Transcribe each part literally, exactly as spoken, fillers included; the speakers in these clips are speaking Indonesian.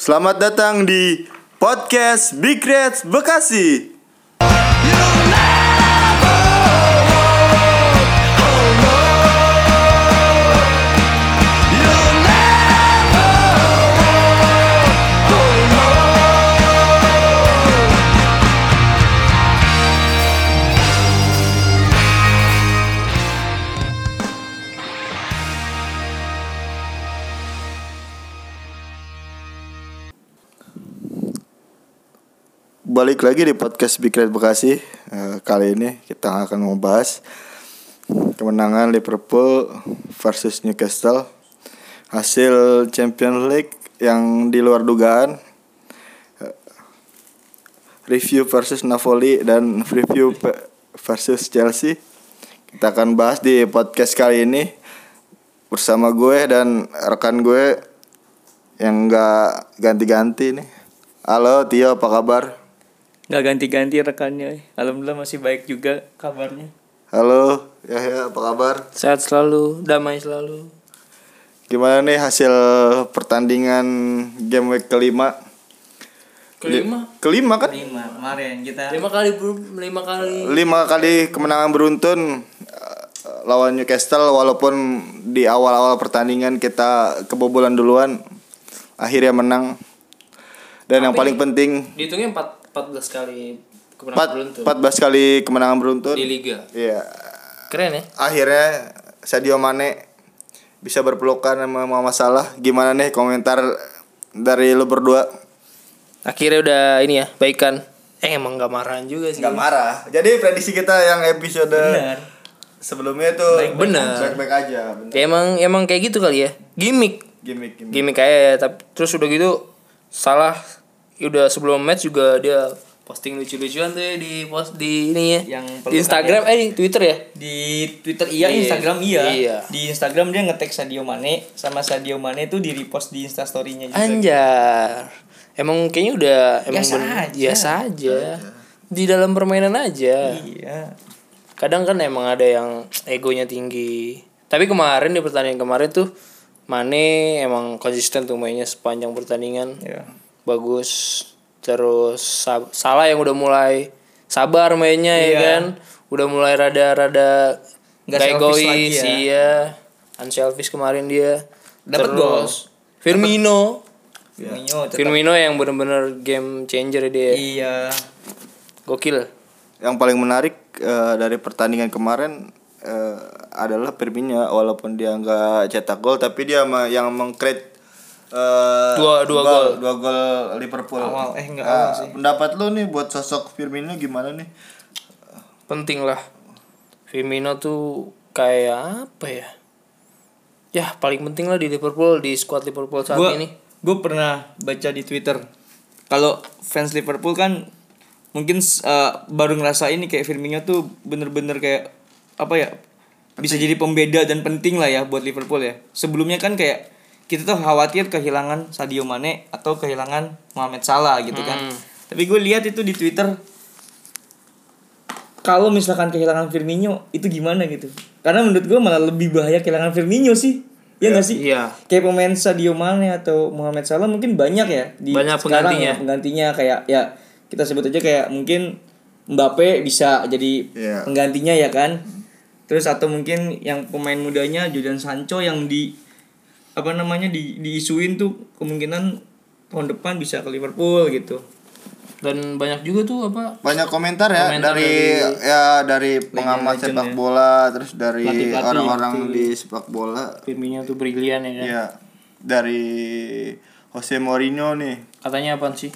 Selamat datang di podcast Big Reds Bekasi. Balik lagi di podcast Big Red Bekasi. uh, Kali ini kita akan membahas kemenangan Liverpool versus Newcastle, hasil Champions League yang di luar dugaan, uh, review versus Napoli, dan review versus Chelsea. Kita akan bahas di podcast kali ini bersama gue dan rekan gue yang gak ganti-ganti nih. Halo Tio, apa kabar? Gak ganti-ganti rekannya. Alhamdulillah masih baik juga kabarnya. Halo Yahya, apa kabar? Sehat selalu, damai selalu. Gimana nih hasil pertandingan game week kelima? Kelima? Kelima kan? Lima kemarin kita Lima kali Lima kali Lima kali kemenangan beruntun uh, lawan Newcastle. Walaupun di awal-awal pertandingan kita kebobolan duluan, akhirnya menang. Dan Tapi yang paling penting, dihitungnya empat empat belas kali kemenangan empat, beruntun. empat belas kali kemenangan beruntun di liga. Iya. Keren ya? Akhirnya Sadio Mane bisa berpelukan sama Mohamed Salah. Gimana nih komentar dari lu berdua? Akhirnya udah ini ya, baikan. Eh emang gak marahan juga sih. Gak marah. Jadi prediksi kita yang episode Bener. sebelumnya tuh Baik-baik bener. Baik-baik aja. Bener. Ya, emang emang kayak gitu kali ya. Gimik. Gimik, gimik. Gimik kayak ya, tapi terus udah gitu Salah udah sebelum match juga dia posting lucu-lucuan tuh ya di post di ini ya. Yang di Instagram eh di Twitter ya? Di Twitter iya, di Instagram iya. iya. Di Instagram dia nge-tag Sadio Mane, sama Sadio Mane tuh di repost di Insta story-nya juga. Anjar. Emang kayaknya udah emang Biasa bener, aja. biasa aja. Di dalam permainan aja. Iya. Kadang kan emang ada yang egonya tinggi. Tapi kemarin di pertandingan kemarin tuh Mane emang konsisten tuh mainnya sepanjang pertandingan. Iya. Bagus. Terus sab- Salah yang udah mulai sabar mainnya ya Iya. kan. Udah mulai rada-rada Nggak gak selfish egois lagi ya. iya. Unselfish kemarin dia. Dapat Terus Firmino. Firmino tetap. Firmino yang benar-benar game changer dia. Iya. Gokil. Yang paling menarik uh, dari pertandingan kemarin uh, adalah Firmino. Walaupun dia nggak cetak gol, tapi dia ma- yang meng-create uh, Dua- dua gol. dua gol Liverpool. Awal, eh, nggak Uh, awal sih. Pendapat lu nih buat sosok Firmino gimana nih? Penting lah. Firmino tuh kayak apa ya? Ya paling penting lah di Liverpool, di squad Liverpool saat Gua, ini. Gue pernah baca di Twitter. Kalau fans Liverpool kan mungkin uh, baru ngerasain nih kayak Firmino tuh bener-bener kayak apa ya? Bisa jadi pembeda dan penting lah ya buat Liverpool ya. Sebelumnya kan kayak kita tuh khawatir kehilangan Sadio Mane atau kehilangan Mohamed Salah gitu kan. Hmm. Tapi gue lihat itu di Twitter, kalau misalkan kehilangan Firmino itu gimana gitu. Karena menurut gue malah lebih bahaya kehilangan Firmino sih. Ya nggak sih? Iya. Kayak pemain Sadio Mane atau Mohamed Salah mungkin banyak ya di Banyak sekarang penggantinya. ya, penggantinya kayak ya kita sebut aja kayak mungkin Mbappe bisa jadi Iya. penggantinya ya kan. Terus atau mungkin yang pemain mudanya Jadon Sancho yang di apa namanya di diisuin tuh kemungkinan tahun depan bisa ke Liverpool gitu. Dan banyak juga tuh apa? Banyak komentar ya Komentar dari, dari ya dari pengamat legend sepak ya. bola, terus dari Pelatih-pelatih orang-orang gitu. di sepak bola. Firmino tuh brilian ya kan. Ya, dari Jose Mourinho nih. Katanya apaan sih?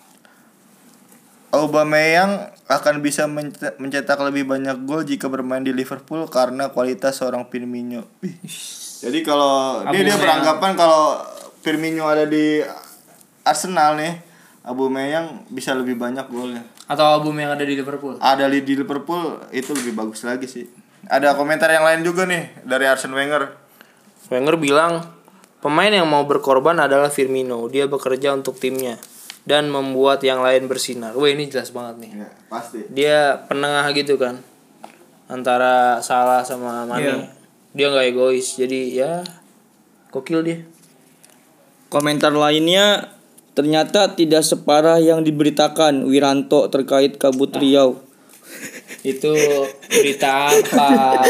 Aubameyang akan bisa mencetak, mencetak lebih banyak gol jika bermain di Liverpool karena kualitas seorang Firmino. Wih. Jadi kalau dia dia Aubameyang. beranggapan kalau Firmino ada di Arsenal nih, Aubameyang bisa lebih banyak golnya. Atau album yang ada di Liverpool? Ada di di Liverpool itu lebih bagus lagi sih. Ada komentar yang lain juga nih dari Arsene Wenger. Wenger bilang pemain yang mau berkorban adalah Firmino. Dia bekerja untuk timnya dan membuat yang lain bersinar. Wah ini jelas banget nih. Ya, pasti. Dia penengah gitu kan antara Salah sama Mane. Iya. Dia nggak egois. Jadi ya gokil dia. Komentar lainnya ternyata tidak separah yang diberitakan Wiranto terkait kabut Riau. Itu berita apa?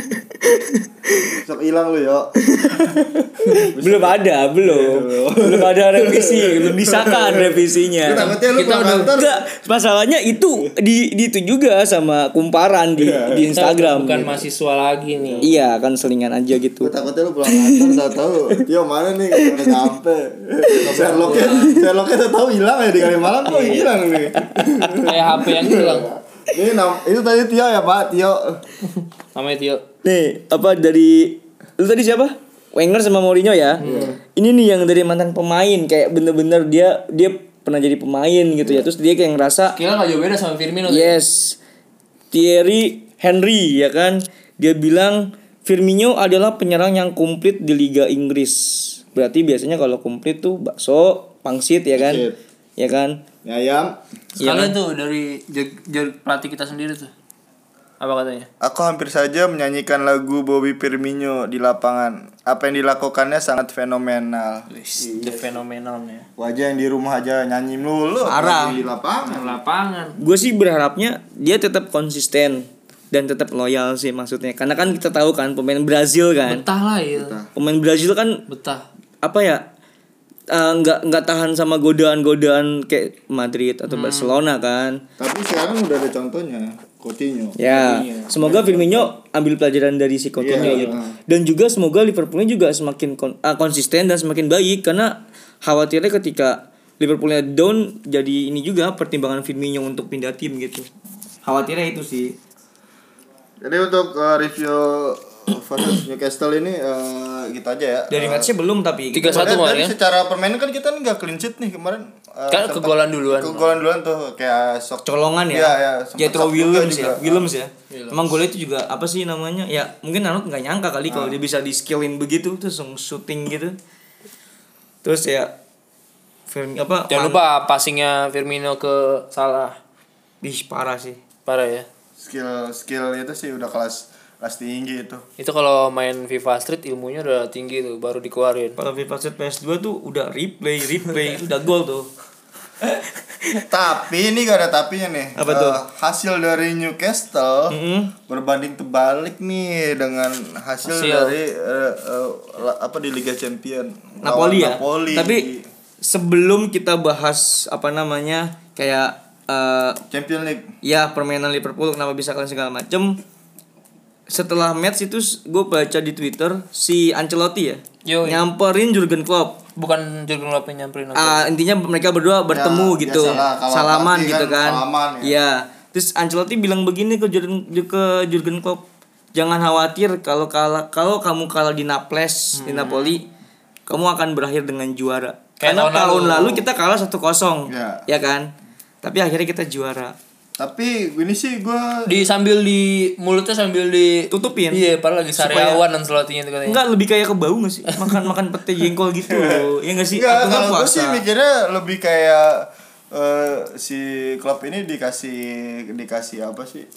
Sok hilang lu yo. Belum ada, belum. Belum ada revisi, belum disahkan revisinya. Kita udah enggak, masalahnya itu di di itu juga sama kumparan di di Instagram. Bukan gitu. mahasiswa lagi nih. Iya, kan selingan aja gitu. Gue takutnya lu pulang kantor tahu-tahu yo mana nih udah nyampe. Sherlocknya Sherlocknya tuh tahu hilang ya di Kalimalang kok hilang nih. Kayak H P yang hilang. Ini nam itu tadi Tio ya Pak Tio. Namanya Tio. Nih, apa dari lu tadi siapa? Wenger sama Mourinho ya. Hmm. Ini nih yang dari mantan pemain kayak bener-bener dia dia pernah jadi pemain gitu ya. Terus dia kayak ngerasa kira nggak jauh beda sama Firmino. Yes. Thierry Henry ya kan. Dia bilang Firmino adalah penyerang yang komplit di Liga Inggris. Berarti biasanya kalau komplit tuh bakso, pangsit ya kan? Pangsit. Ya kan? Mie ayam. Sekalian tuh dari j- j- pelatih kita sendiri tuh. Apa katanya? Aku hampir saja menyanyikan lagu Bobby Firmino di lapangan. Apa yang dilakukannya sangat fenomenal. Wis, the fenomenalnya. Wajah yang di rumah aja nyanyi melulu. Parah. Di lapangan. Lapangan. Gue sih berharapnya dia tetap konsisten dan tetap loyal sih maksudnya. Karena kan kita tahu kan pemain Brazil kan. Betah lah ya. Betah. Pemain Brazil kan Betah. apa ya? Uh, nggak nggak tahan sama godaan-godaan kayak Madrid atau hmm. Barcelona kan. Tapi sekarang udah ada contohnya, Coutinho. Ya, Coutinho. semoga Firmino ambil pelajaran dari si Coutinho Yeah, gitu. yeah. Dan juga semoga Liverpoolnya juga semakin kon- uh, konsisten dan semakin baik karena khawatirnya ketika Liverpoolnya down jadi ini juga pertimbangan Firmino untuk pindah tim gitu. Khawatirnya itu sih. Jadi untuk uh, review versus Newcastle ini uh, gitu aja ya. Dari uh, matchnya belum tapi tiga satu kemarin kemarin ya. secara permainan kan kita nggak clean sheet nih kemarin. Uh, Kan sempat- kegolan duluan. Kegolan duluan tuh kayak sok colongan ya. Iya, ya. sempat Jethro sok Williams juga. ya. Williams ya. Williams. Emang golnya itu juga apa sih namanya? Ya, mungkin Arnold nggak nyangka kali kalau dia bisa di skillin begitu terus langsung shooting gitu. Terus ya Firmino apa? Jangan lupa passingnya Firmino ke Salah. Ih, parah sih. Parah ya. Skill skill itu sih udah kelas kelas tinggi itu. Itu kalau main FIFA Street ilmunya udah tinggi tuh baru dikeluarin. Kalau FIFA Street P S dua tuh udah replay, replay itu udah gol tuh. Tapi ini gak ada tapinya nih. Apa tuh? Eh, hasil dari Newcastle Mm-hmm. berbanding terbalik nih dengan hasil, Hasil. dari uh, uh, la- apa di Liga Champion Napoli ya. Napoli. Tapi sebelum kita bahas apa namanya kayak uh, Champion League. ya permainan Liverpool kenapa bisa kalian segala macem. Setelah match itu gue baca di Twitter si Ancelotti ya Yoi. nyamperin Jurgen Klopp. Bukan Jurgen Klopp yang nyamperin aku. Ah, intinya mereka berdua bertemu Ya, gitu. biasalah, kalau Salaman pelatih gitu kan kan. salaman ya. Iya. Terus Ancelotti bilang begini ke Jurgen ke Jurgen Klopp, jangan khawatir kalau kalah kalau kamu kalah di Naples di Napoli, kamu akan berakhir dengan juara. Kayak Karena tahun tahun lalu. lalu kita kalah satu kosong. Ya. Ya kan? Tapi akhirnya kita juara. Tapi ini sih gue Di sambil di mulutnya sambil di Tutupin. Iya, padahal lagi sariawan dan Ancelottinya itu katanya. Enggak, lebih kayak ke bau gak sih? Makan-makan pete jengkol gitu. Ya enggak sih? Enggak, Atau nggak kalau gue puasa? sih mikirnya lebih kayak eh, si klub ini dikasih dikasih apa sih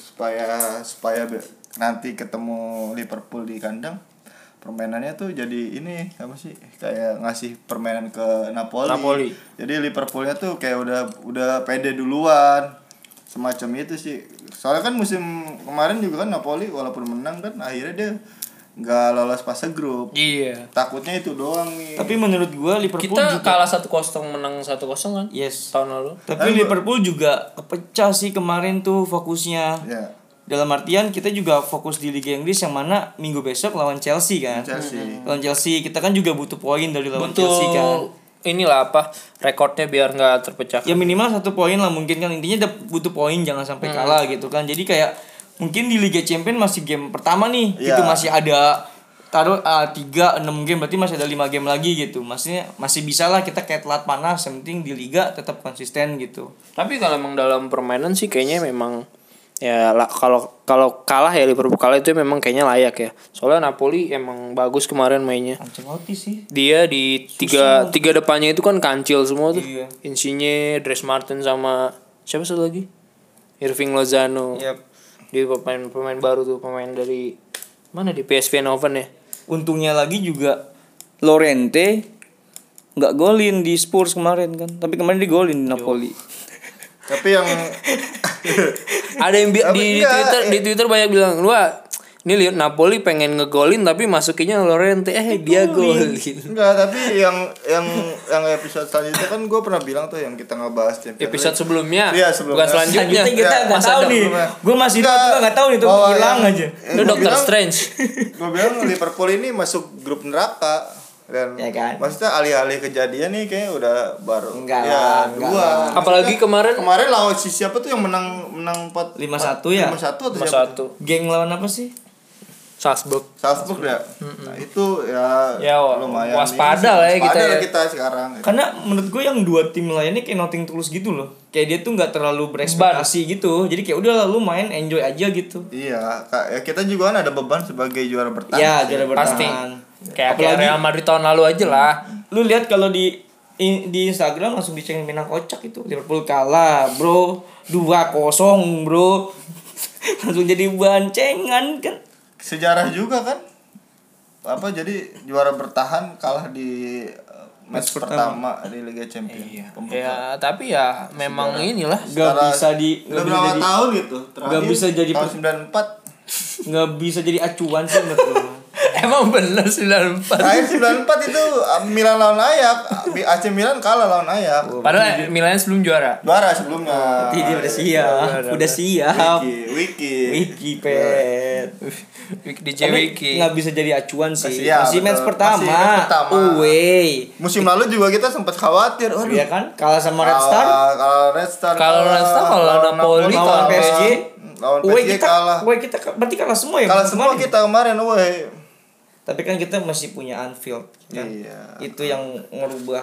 supaya supaya be- nanti ketemu Liverpool di kandang permainannya tuh jadi ini apa sih kayak ngasih permainan ke Napoli. Napoli. Jadi Liverpoolnya tuh kayak udah udah pede duluan semacam itu sih. Soalnya kan musim kemarin juga kan Napoli walaupun menang kan akhirnya dia nggak lolos fase grup. Iya. Takutnya itu doang nih. Tapi menurut gua Liverpool Kita juga kalah satu kosong menang satu kosong kan? yes. Tahun lalu. Tapi Tapi- Liverpool juga kepecah sih kemarin tuh fokusnya. Ya, Dalam artian kita juga fokus di Liga Inggris yang mana minggu besok lawan Chelsea kan. Chelsea. Lawan Chelsea kita kan juga butuh poin dari lawan Butuh Chelsea kan. inilah apa rekornya biar nggak terpecah. Ya minimal satu poin lah mungkin kan intinya dap- butuh poin jangan sampai Hmm. kalah gitu kan. Jadi kayak mungkin di Liga Champions masih game pertama nih Iya. gitu masih ada taruh uh, tiga enam game berarti masih ada lima game lagi gitu. Maksudnya masih bisa lah kita kayak telat panas yang penting di liga tetap konsisten gitu. Tapi kalau emang dalam permainan sih kayaknya memang ya lah, kalau kalau kalah ya Liverpool kalah itu memang kayaknya layak ya. Soalnya Napoli emang bagus kemarin mainnya. Ancelotti sih. Dia di tiga tiga depannya itu kan kancil semua tuh. Iya. Insigne, Dries Martin sama siapa satu lagi? Irving Lozano. Yap. Dia pemain pemain baru tuh, pemain dari mana di P S V Eindhoven ya. Untungnya lagi juga Lorente nggak golin di Spurs kemarin kan. Tapi kemarin dia golin di Napoli. Tapi yang Ada yang bi- Tapi di, di enggak, Twitter eh. di Twitter banyak bilang, "Lu ini lihat Napoli pengen ngegolin tapi masukinnya Llorente eh dia golin." enggak, tapi yang yang yang episode selanjutnya kan gue pernah bilang tuh yang kita ngebahas Champions Episode League. sebelumnya. Iya, sebelumnya. Bukan selanjutnya. Selanjutnya kita Ya, nggak masa tahu nih. sebelumnya. Gue masih Enggak, juga nggak tahu nih tuh bahwa hilang yang- aja. yang Lu gua Doctor bilang- Strange. Gue bilang Liverpool ini masuk grup neraka dan Ya kan? maksudnya alih-alih kejadian nih kayaknya udah baru Enggak ya lah, enggak dua. lah. Maksudnya Apalagi kemarin kemarin lawan si siapa tuh yang menang menang empat lima satu ya? lima satu atau Mas siapa? satu Geng lawan apa sih? Salzburg. Salzburg ya. Nah, itu ya, Ya, wa- lumayan. waspada lah ya kita Waspada ya. lah kita sekarang. Karena menurut gue yang dua tim lainnya kayak nothing tulus gitu loh. Kayak dia tuh nggak terlalu berekspektasi gitu. Jadi kayak udah lu main enjoy aja gitu. Iya, Kak, ya kita juga kan ada beban sebagai juara bertahan. Ya, sih. juara Pasti. bertahan. Kayak kayak Apalagi- Real Madrid tahun lalu aja lah. Lu lihat kalau di i- di Instagram langsung dicengin Minang kocak itu. Liverpool kalah, Bro. dua kosong, Bro. Langsung jadi bancengan kan. Sejarah juga kan. Apa jadi juara bertahan kalah di uh, match Match pertama. di Liga Champions. Iya. Pembuka. Ya, tapi ya memang inilah. Gak Secara- bisa di udah nggak bisa berapa jadi tahun gitu. nggak bisa jadi tahun per- sembilan puluh empat. nggak bisa jadi acuan sih menurut gue. Emang bener sembilan puluh empat. Terakhir sembilan puluh empat itu uh, Milan lawan Ajax, A C Milan kalah lawan Ajax. Padahal Milan sebelum juara. Juara sebelumnya. Berarti dia udah siap, udah siap. Wiki, Wiki. Wiki pet. D J Wiki. Nggak bisa jadi acuan sih. Iya, Masih match betul. pertama. Masih match pertama. Away. Musim lalu juga kita sempat khawatir. Aduh. Iya kan? Kalah sama Red Star. Kalah- Kalau Red Star. Kalau kalah, Red Star, kalau lawan Napoli, Lawan kalah. P S G. Lawan Away P S G kita, kalah. away kita berarti kalah semua ya. Kalah musim semua kemarin? kita kemarin, woi. Tapi kan kita masih punya Anfield. Kan? Iya. Itu yang ngerubah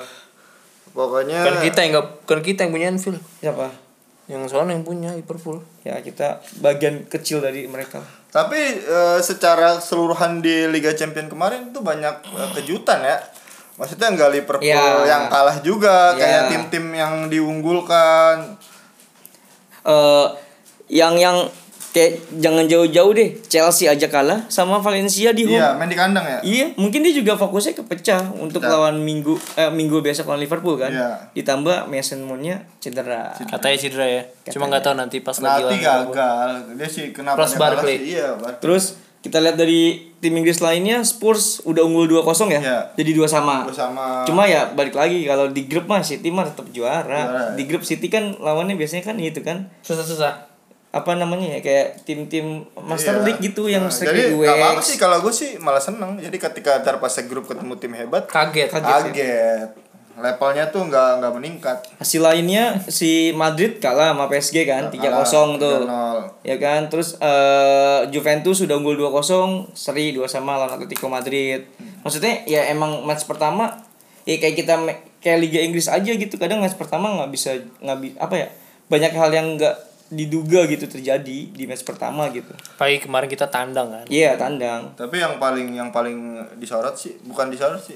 Pokoknya Kan kita yang enggak kan kita yang punya Anfield. siapa? Yang soalnya yang punya Liverpool. Ya kita bagian kecil dari mereka. tapi eh, secara keseluruhan di Liga Champions kemarin tuh banyak eh, kejutan ya. Maksudnya nggak Liverpool Ya. yang kalah juga, Ya. kayak tim-tim yang diunggulkan. Eh yang yang kayak jangan jauh-jauh deh. Chelsea aja kalah sama Valencia di home. Iya, main di kandang ya. Iya, mungkin dia juga fokusnya kepecah untuk Pecah. lawan minggu eh, minggu besok lawan Liverpool kan. Iya. Ditambah Mason Mount-nya cedera. Katanya cedera ya. Cuma nggak tahu nanti pas lagi Nanti lawan. gagal. Dia sih kenapa Plus dia kalah Barkley. sih? Iya, Barkley. Terus kita lihat dari tim Inggris lainnya Spurs udah unggul dua kosong ya. Iya. Jadi dua sama. Terus sama Cuma ya balik lagi kalau di grup mah City mah tetap juara. Juara. Di grup City kan lawannya biasanya kan itu kan Susah-susah. apa namanya ya kayak tim-tim Master Iya. League gitu yang Nah, sering jadi U nggak apa-apa X. sih kalau gue sih malah seneng. Jadi ketika antar pas grup ketemu tim hebat, Kaget. Kaget. kaget. Levelnya tuh nggak nggak meningkat. Hasil lainnya si Madrid kalah sama P S G kan tiga kosong tuh. tiga nol. Ya kan, terus eh, Juventus sudah unggul dua kosong, seri dua sama lawan Atletico Madrid. Maksudnya ya emang match pertama ya kayak kita me- kayak Liga Inggris aja gitu. Kadang match pertama nggak bisa nggak bi- apa ya? Banyak hal yang nggak diduga gitu terjadi di match pertama gitu. Pagi kemarin kita tandang kan. Iya, tandang. Tapi yang paling yang paling disorot sih, bukan disorot sih.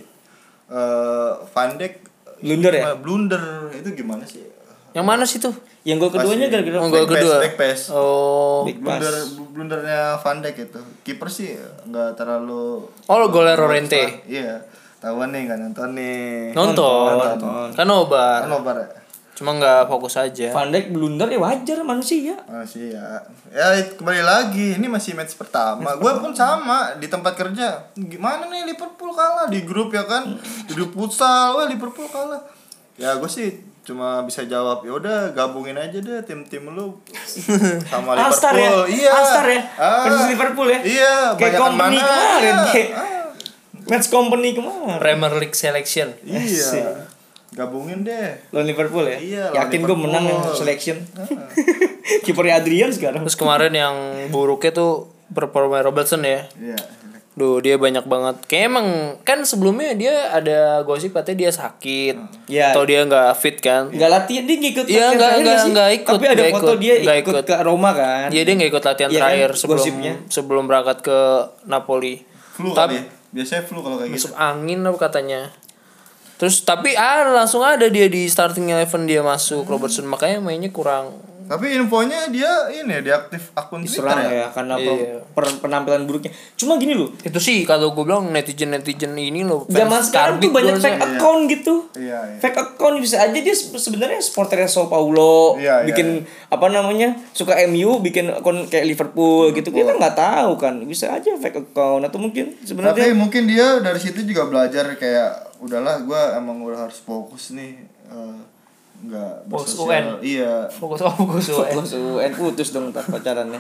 Eh Van Dijk Blunder ya? gimana- Blunder itu gimana sih? Yang mana sih tuh? Yang gol keduanya Masih- gara-gara Oh, gol Back pass, kedua. back pass. Oh. Big Blunder pass. blundernya Van Dijk itu. Kiper sih nggak terlalu. Oh, golnya Llorente. Iya. Tahuan nih kan nonton nih. Nonton. Nonton. Kan nobar. Kan nobar ya? Cuma nggak fokus aja. Van Dijk blunder ya wajar manusia. Masih ya. Ya it- kembali lagi, ini masih match pertama. Gue pun sama di tempat kerja. Gimana nih Liverpool kalah di grup ya kan? Di grup futsal, wah Liverpool kalah. Ya gue sih cuma bisa jawab ya udah gabungin aja deh tim-tim lu sama Liverpool. All-Star ya? Iya. All-Star ya? Ah, Versus Liverpool ya? Iya, Kayak banyakan company mana? kemarin, Iya. kayak- Ah, Match company kemarin. Premier League Selection. iya. Gabungin deh. Lawan Liverpool ya? Iya, lawan Yakin gue menang yang Liverpool. selection. Kipernya Adrian sekarang. Terus kemarin yang buruknya tuh performa Robertson ya. Iya. Duh, dia banyak banget. Kayak emang kan sebelumnya dia ada gosip katanya dia sakit. Ya. Atau dia nggak fit kan. Enggak latihan, dia ngikut Iya, latihan nggak- terakhir nggak- sih? nggak ikut, Tapi ada nggak foto ikut, dia nggak ikut, ikut. ke Roma kan. Iya, dia nggak ikut latihan Iya kan, terakhir sebelum gosipnya. sebelum berangkat ke Napoli. Flu Tapi kali. ya? Biasanya flu kalau kayak gitu. masuk angin apa katanya. Terus tapi ah langsung ada dia di starting eleven dia masuk Robertson, makanya mainnya kurang Tapi infonya dia ini diaktif akun diserang Twitter ya, ya karena Iya. per- penampilan buruknya. Cuma gini loh, Itu sih kalau gue bilang netizen-netizen ini loh. zaman sekarang tuh banyak fake Iya. account gitu. Iya, iya. Fake account bisa aja dia se- sebenarnya supporternya Sao Paulo, Iya, iya, bikin apa namanya suka M U, bikin akun kayak Liverpool, gitu. Kita nggak tahu kan, bisa aja fake account atau mungkin Tapi sebenarnya mungkin dia dari situ juga belajar kayak udahlah gue emang udah harus fokus nih eh, nggak Fokus bersosial. U N. Iya. Fokus oh, fokus U N. fokus U N putus dong ntar pacarannya.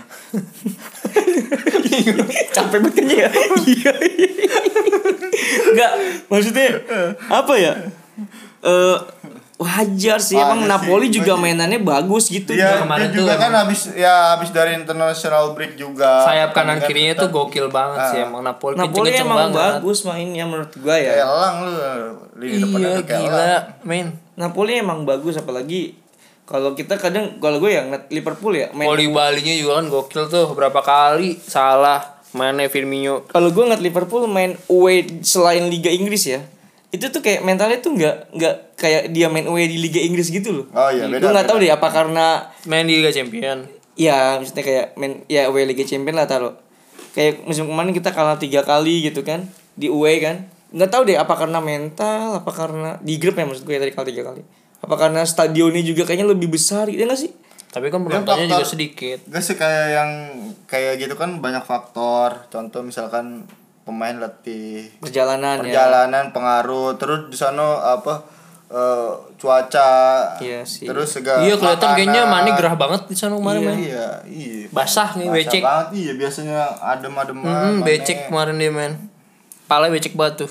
Capek banget kan ya. Iya. Enggak, maksudnya apa ya? Eh wajar sih emang Wajar Napoli sih, juga wajar. mainannya bagus gitu. Dia, kemarin dia juga tuh kan habis ya habis dari international break juga. Sayap kanan Kan kirinya tetap- tuh gokil banget sih Ah. emang Napoli. Napoli kenceng-kenceng emang banget. bagus mainnya menurut gua ya. Kayak elang lu lini depannya Iya tuh kayak gila, elang. men. Napoli emang bagus apalagi kalau kita kadang kalau gue ya ngeliat Liverpool ya main. Poli Balinya juga kan gokil tuh berapa kali salah mainnya Firmino. Kalau gue ngeliat Liverpool main away selain Liga Inggris ya, itu tuh kayak mentalnya tuh nggak nggak kayak dia main away di Liga Inggris gitu loh. Oh iya, beda, Gue nggak beda. tahu deh apa karena Main di Liga Champion. ya maksudnya kayak main ya away Liga Champion lah taruh. Kayak musim kemarin kita kalah tiga kali gitu kan di away kan. Nggak tahu deh apa karena mental, apa karena di grup ya maksud gue tadi kalah tiga kali. Apa karena stadionnya juga kayaknya lebih besar gitu ya nggak sih? Tapi kan Dia penontonnya juga faktor- sedikit. Gak sih kayak yang kayak gitu kan banyak faktor. Contoh misalkan pemain letih, Perjalanan, ya. perjalanan pengaruh, terus di sana apa eh, cuaca, Iya sih. terus segala Iya kelihatan makanan. kayaknya Mane gerah banget di sana kemarin Iya, main. iya, iya. Basah nih, Basah becek. banget, iya biasanya adem-adem Hmm, becek kemarin dia main. Pala becek banget tuh.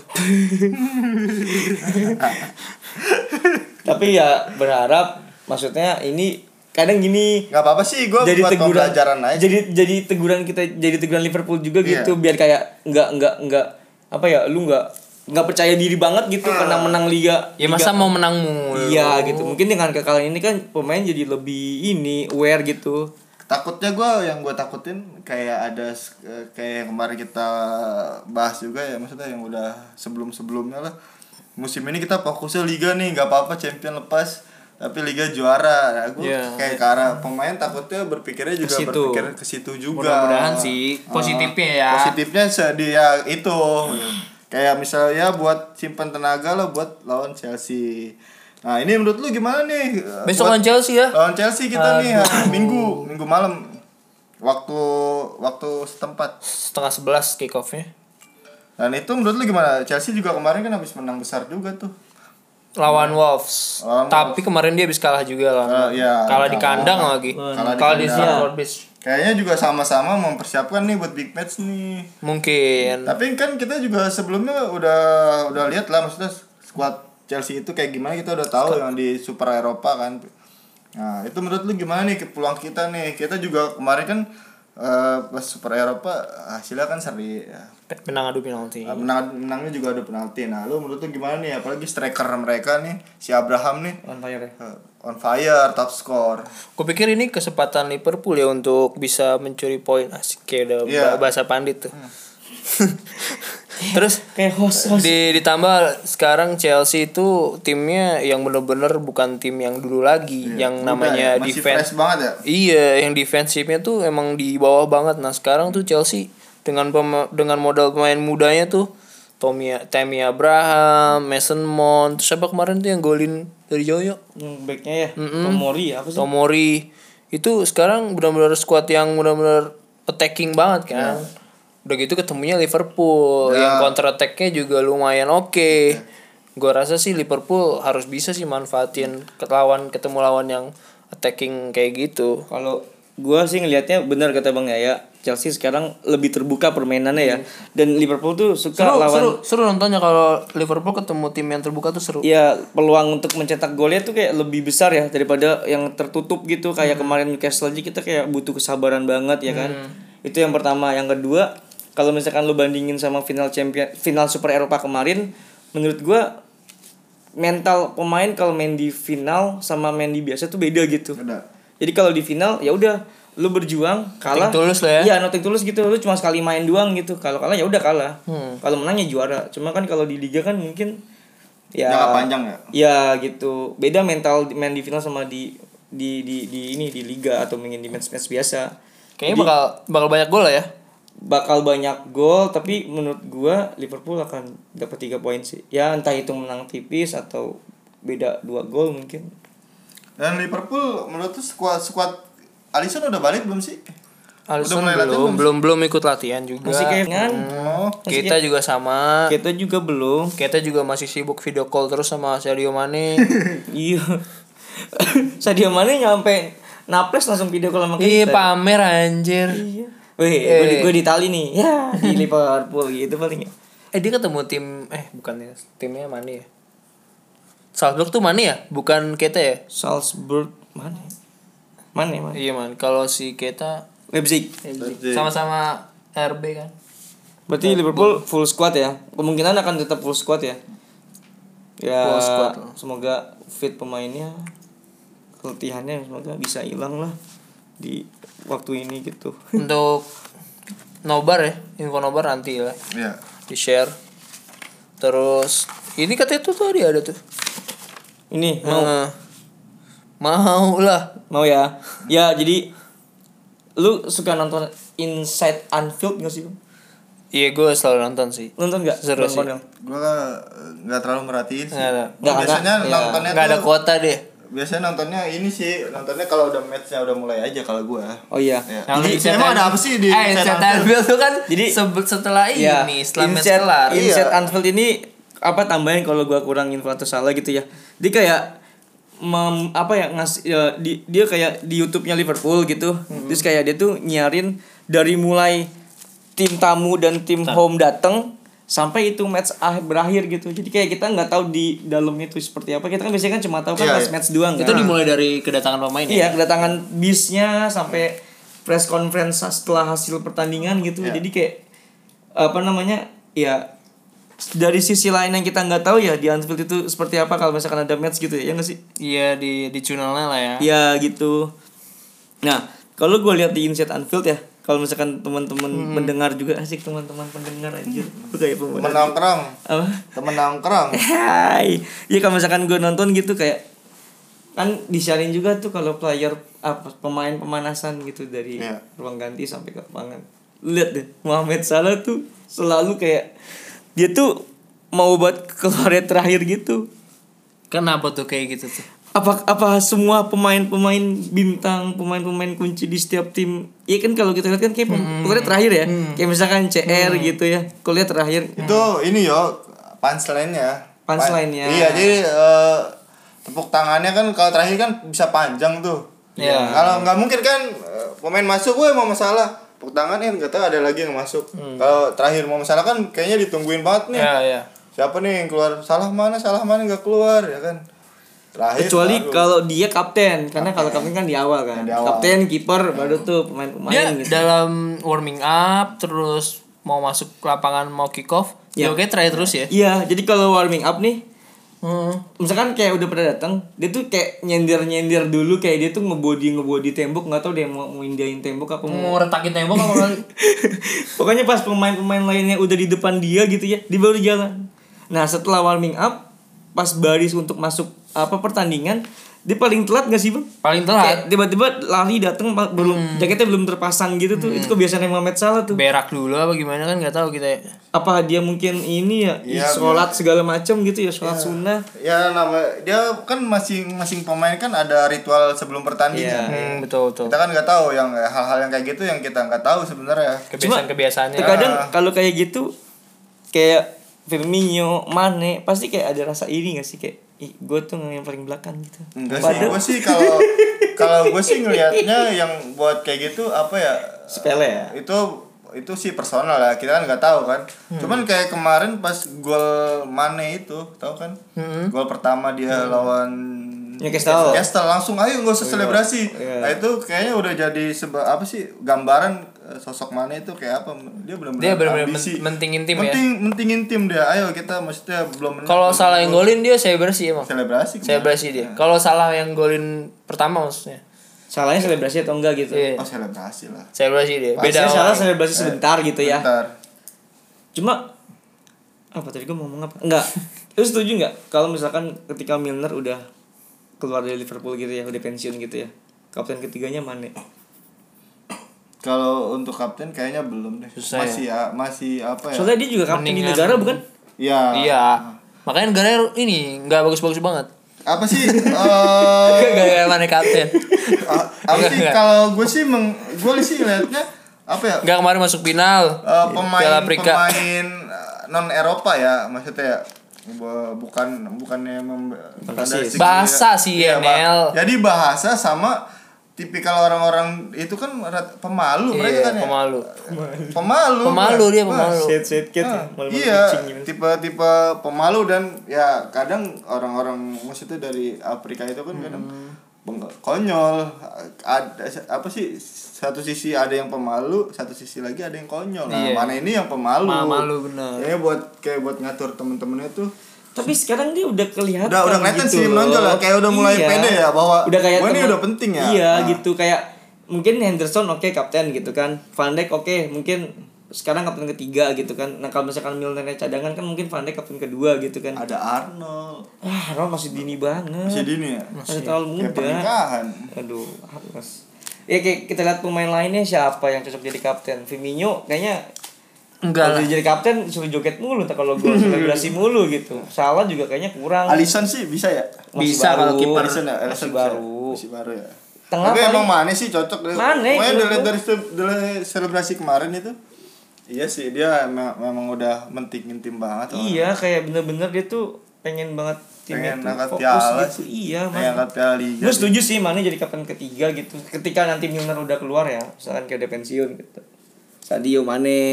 Tapi ya berharap maksudnya ini kadang gini Gak apa-apa sih, gue jadi buat teguran pembelajaran aja. jadi jadi teguran kita jadi teguran Liverpool juga Iya. gitu biar kayak nggak nggak nggak apa ya lu nggak nggak percaya diri banget gitu Ah. karena menang liga Ya liga- masa mau menang mulu. iya gitu mungkin dengan kekalahan ini kan pemain jadi lebih ini aware gitu. Takutnya gue yang gue takutin kayak ada eh, kayak yang kemarin kita bahas juga ya, maksudnya yang udah sebelum sebelumnya lah, musim ini kita fokusnya liga nih, nggak apa-apa champion lepas tapi liga juara. Nah, gue Iya. kayak ke arah pemain takutnya berpikirnya juga Ke situ. berpikir ke situ juga. Mudah-mudahan sih positifnya ya. Positifnya dia itu kayak misalnya buat simpan tenaga lah buat lawan Chelsea. Nah ini menurut lu gimana nih? Besok Buat- lawan Chelsea ya. Lawan Chelsea kita nih hari Minggu, Minggu malam. Waktu waktu setempat. Setengah sebelas kick off-nya. Dan itu menurut lu gimana? Chelsea juga kemarin kan habis menang besar juga tuh. Lawan Wolves. Lawan Tapi kemarin dia habis kalah juga lah. Uh, iya. kalah di kandang lagi. Kalah di Kalah di kandang. Stamford Bridge. Kayaknya juga sama-sama mempersiapkan nih buat big match nih. Mungkin. Tapi kan kita juga sebelumnya udah udah lihat lah, maksudnya squad Chelsea itu kayak gimana kita udah tahu yang di Super Eropa kan. Nah, itu menurut lu gimana nih peluang kita nih? Kita juga kemarin kan eh, pas Super Eropa hasilnya kan seri ya. Menang adu penalti. Menang menangnya juga ada penalti. Nah, lu menurut lu gimana nih? Apalagi striker mereka nih, si Abraham nih On fire ya. eh, on fire, top score. Kupikir ini kesempatan Liverpool ya untuk bisa mencuri poin. Asik kayak udah Iya. bahasa pandit tuh. Terus Kayak host host. di ditambah sekarang Chelsea itu timnya yang bener-bener bukan tim yang dulu lagi, yang Muda namanya ya, masih defense. fresh banget ya. Iya, yang defensifnya tuh emang di bawah banget. Nah sekarang tuh Chelsea dengan pema- dengan modal pemain mudanya tuh Tommy Tammy Abraham, Mason Mount, terus siapa kemarin tuh yang golin dari jauh yuk? Hmm, backnya ya Tomori apa sih? Tomori itu sekarang benar-benar squad yang benar-benar attacking banget kan. Udah gitu ketemunya Liverpool Ya. yang counter attack-nya juga lumayan oke. Gua rasa sih Liverpool harus bisa sih manfaatin lawan ketemu lawan yang attacking kayak gitu. Kalau gua sih ngelihatnya benar kata Bang Yaya, Chelsea sekarang lebih terbuka permainannya ya. Dan Liverpool tuh suka Seru, lawan seru, seru nontonnya kalau Liverpool ketemu tim yang terbuka tuh seru. ya peluang untuk mencetak golnya tuh kayak lebih besar ya daripada yang tertutup gitu kayak kemarin Newcastle aja kita kayak butuh kesabaran banget ya kan. Itu yang pertama. Yang kedua, kalau misalkan lu bandingin sama final champion final Super Eropa kemarin, menurut gua mental pemain kalau main di final sama main di biasa tuh beda gitu. Beda. Jadi kalau di final ya udah lu berjuang kalah. Nothing tulus lah ya. Iya, nothing tulus gitu. Lu cuma sekali main doang gitu. Kalau kalah ya udah kalah. Hmm. Kalau menang ya juara. Cuma kan kalau di liga kan mungkin ya Jangka panjang ya. ya gitu. Beda mental main di final sama di di di di ini di liga atau main di match-match biasa. Kayaknya Jadi, bakal bakal banyak gol lah ya. bakal banyak gol, tapi menurut gua Liverpool akan dapat tiga poin sih. Ya entah itu menang tipis atau beda dua gol mungkin. Dan Liverpool menurut tuh skuad skuad Alisson udah balik belum sih? Alisson mulai latihan belum belum belum belum ikut latihan juga. Masih kayak kan? Oh, Kita juga sama. Kita juga belum. Kita juga masih sibuk video call terus sama Sadio Mane. Iya. Sadio Mane nyampe Naples langsung video call sama kita. Iya pamer anjir. Iya. Wih, Eh. gue di Itali nih. Ya, di Liverpool gitu paling ya. Eh dia ketemu tim eh bukan ya timnya Mane ya. Salzburg tuh Mane ya, bukan Keita ya? Salzburg mana? Mana mana? Iya man, kalau si Keita Leipzig. Leipzig. sama-sama R B kan. Berarti Liverpool full squad ya. Kemungkinan akan tetap full squad ya. Ya, Full squad. semoga fit pemainnya. Keletihannya semoga bisa hilang lah di waktu ini gitu. Untuk nobar ya, info nobar nanti lah iya. di share. Terus ini katanya tuh tadi ada tuh. Ini mau Eh, mau lah. mau ya. Ya, jadi lu suka nonton Inside Anfield gak sih, Bang? Iya gue selalu nonton sih. Nonton gak? Seru sih. Gua nggak terlalu merhatiin sih. Nggak ada. Nggak, biasanya nggak, ya. nontonnya Nggak ada tuh- kuota deh. Biasanya nontonnya ini sih, nontonnya kalau udah matchnya udah mulai aja kalau gua. Oh iya. Ya. Yang Jadi Inside emang ada Anfield- apa sih di Eh, Inside Inside Anfield? Anfield tuh kan Jadi- sebut setelah Iya. ini setelah match Inside, kelar. Inside Iya. Anfield ini apa tambahin kalau gua kurang info atau salah gitu ya. Dia kayak mem, apa ya ngasih ya, di, dia kayak di YouTube-nya Liverpool gitu. Hmm. Terus kayak dia tuh nyiarin dari mulai tim tamu dan tim home datang sampai itu match ah, berakhir gitu. Jadi kayak kita nggak tahu di dalamnya itu seperti apa. Kita kan biasanya kan cuma tahu kan Iya, pas iya. match doang Itu kan. dimulai dari kedatangan pemain Iya, ya. kedatangan bisnya sampai press conference setelah hasil pertandingan gitu. Iya. Jadi kayak apa namanya? Ya dari sisi lain yang kita nggak tahu ya di Anfield itu seperti apa kalau misalkan ada match gitu ya, ya nggak sih? Iya di di channelnya lah ya. Iya gitu. Nah, kalau gue lihat di Inside Anfield ya, kalau misalkan teman-teman mendengar juga asik teman-teman pendengar anjir. Gue kayak Temen pemain. nongkrong. Apa? Temen nongkrong. Hai. Ya kalau misalkan gue nonton gitu kayak kan disiarin juga tuh kalau player apa pemain pemanasan gitu dari Iya. ruang ganti sampai ke lapangan. Lihat deh, Mohamed Salah tuh selalu kayak dia tuh mau buat keluarnya terakhir gitu. Kenapa tuh kayak gitu tuh? Apa apa semua pemain-pemain bintang, pemain-pemain kunci di setiap tim. Iya kan kalau kita lihat kan kayak pem- keluarnya terakhir ya. Kayak misalkan C R gitu ya. Keluarnya terakhir. Itu ini yo punchline-nya. Punchline-nya. Iya, jadi eh, tepuk tangannya kan kalau terakhir kan bisa panjang tuh. Iya. Kalau nggak mungkin kan eh, pemain masuk, gue mau masalah. Tepuk tangan kan nggak tahu ada lagi yang masuk. Kalau terakhir mau masalah kan kayaknya ditungguin banget nih. Iya iya. Siapa nih yang keluar? Salah mana? Salah mana nggak keluar ya kan? Terakhir. Kecuali baru. kalau dia kapten, karena kalau kapten kan di awal kan. Di awal. Kapten, kiper, baru tuh pemain-pemain Dia gitu. dalam warming up terus mau masuk lapangan mau kick off. Ya. Ya oke terakhir terus ya. Iya, jadi kalau warming up nih, Hmm. misalkan kayak udah pada datang, dia tuh kayak nyender-nyender dulu, kayak dia tuh ngebody ngebody tembok, nggak tahu dia mau mau indahin tembok apa mau. Mau retakin tembok apa kali? Pokoknya pas pemain-pemain lainnya udah di depan dia gitu ya, dia baru jalan. Nah, setelah warming up, pas baris untuk masuk apa pertandingan, dia paling telat gak sih, Bang? Paling Kayak telat. tiba-tiba lari datang belum jaketnya belum terpasang gitu tuh. Itu kebiasaan Mohamed Salah tuh. Berak dulu apa gimana kan nggak tahu kita. Apa dia mungkin ini ya, Iya, sholat segala macam gitu ya, sholat sunnah. Ya nama dia kan masing-masing pemain kan ada ritual sebelum pertandingan. Iya. Hmm, betul betul. Kita kan nggak tahu yang hal-hal yang kayak gitu yang kita nggak tahu sebenarnya. Kebiasaan-kebiasaannya. Terkadang Ah. kalau kayak gitu kayak Firmino, Mane pasti kayak ada rasa iri gak sih, kayak ih gue tuh yang paling belakang gitu. Enggak sih, Padahal- gue sih kalau kalau gue sih ngelihatnya yang buat kayak gitu apa ya? Sepele ya. Itu itu sih personal ya, kita kan nggak tahu kan. Cuman kayak kemarin pas gol Mane itu, tahu kan? Gol pertama dia lawan Newcastle. Newcastle langsung ayo nggak usah selebrasi. Iya. Nah itu kayaknya udah jadi seba apa sih gambaran eh, sosok Mane itu kayak apa? Dia benar-benar Dia benar-benar ambisi. men- mentingin tim ya? Menting, mentingin tim dia. Ayo kita maksudnya belum menang. Kalau belum salah yang gol. golin dia selebrasi emang. Selebrasi. kemarin. Selebrasi dia. Kalau salah yang golin pertama maksudnya. Salahnya selebrasi atau enggak gitu. Iya. Oh selebrasi lah. Selebrasi dia. Biasanya Beda salah orang. selebrasi sebentar gitu ya. Bentar. Cuma apa tadi gue mau ngomong apa? Enggak. Lu setuju nggak kalau misalkan ketika Milner udah keluar dari Liverpool gitu ya, udah pensiun gitu ya. Kapten ketiganya Mane. Kalau untuk kapten kayaknya belum deh. Susah masih ya? masih apa ya? Soalnya dia juga kapten di Mendingan- negara bukan? Iya. Iya. Makanya negaranya ini nggak bagus-bagus banget. Apa sih? eh Gak mana kapten. a- apa Enggak, sih enggak. kalau gue sih meng, gue sih liatnya apa ya? Nggak kemarin masuk final. Eh, pemain Piala Afrika. pemain non Eropa ya maksudnya ya. Bu- bukan bukannya mem, bukan dari segi- Bahasa sih, iya, N L. Bah- jadi bahasa sama tipikal orang-orang itu kan rat- pemalu mereka Iya, kan ya. pemalu. Pemalu. Pemalu dia Wah, pemalu. Shit shit cat Ah, ya. Malu-malu iya, kucing gitu. tipe-tipe pemalu dan ya kadang orang-orang maksudnya dari Afrika itu kan kadang beng- konyol. Ada apa sih satu sisi ada yang pemalu, satu sisi lagi ada yang konyol. Nah, Iya. mana ini yang pemalu? Pemalu, benar. Ya buat kayak buat ngatur temen-temennya tuh Tapi sekarang dia udah kelihatan. udah udah kelihatan gitu sih loh. menonjol lah, kayak udah mulai Iya. pede ya bahwa udah kayak gua ini temen- udah penting ya. Iya Nah. gitu kayak mungkin Henderson oke kapten gitu kan. Van Dijk oke mungkin sekarang kapten ketiga gitu kan. Nah kalau misalkan Milner cadangan kan mungkin Van Dijk kapten kedua gitu kan. Ada Arnold. Ah, Ron masih dini banget. Masih dini ya? Masih terlalu Kayak muda. pernikahan. Aduh, harus. Ya kayak kita lihat pemain lainnya siapa yang cocok jadi kapten. Firmino kayaknya Enggak kalau lah. dia jadi kapten suruh joget mulu, tak kalau gol selebrasi mulu gitu. Salah juga kayaknya kurang. Alisson sih bisa ya? Masih Bisa baru. kalau kiper. Alisson ya? Masih Alisson baru. bisa. Masih baru ya. Tengah Tapi paling- emang Mane sih cocok deh. Mane, Pokoknya gitu. dilihat dari, se- dari selebrasi kemarin itu. Iya sih dia emang, memang udah mentingin tim banget. Iya, kayak bener-bener dia tuh pengen banget timnya Pengen tuh angkat fokus piala gitu. sih. Iya, Pengen angkat Mane. piala Liga Gue sih. setuju sih Mane jadi kapten ketiga gitu. Ketika nanti Milner udah keluar ya, misalkan kayak udah pensiun gitu. Sadio Mane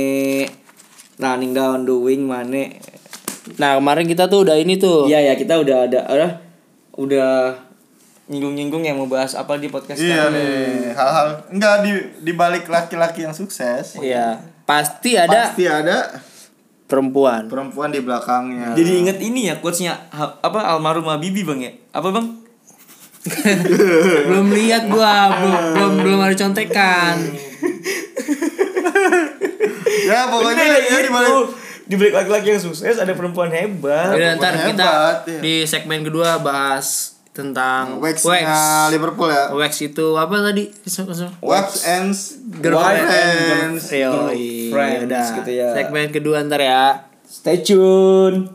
running down the wing Mane. Nah kemarin kita tuh udah ini tuh. Iya ya, kita udah ada udah udah nyinggung-nyinggung yang mau bahas apa di podcast Iya sekarang. nih, hal-hal enggak di di balik laki-laki yang sukses. Iya. Pasti ada Pasti ada perempuan. perempuan di belakangnya. Jadi inget ini ya quotesnya ha- apa almarhum Habibie Bang ya? Apa Bang? Belum lihat gua, belum belum belum ada contekan. ya pokoknya Bener, ya di gitu. balik Di balik laki-laki yang sukses ada perempuan hebat. Udah ntar Hebat, kita iya. di segmen kedua bahas tentang Wax-nya Liverpool ya. Wax itu apa tadi? Wax and Girlfriend. girlfriends. Yoi, Friends udah. gitu ya. Segmen kedua ntar ya. Stay tune.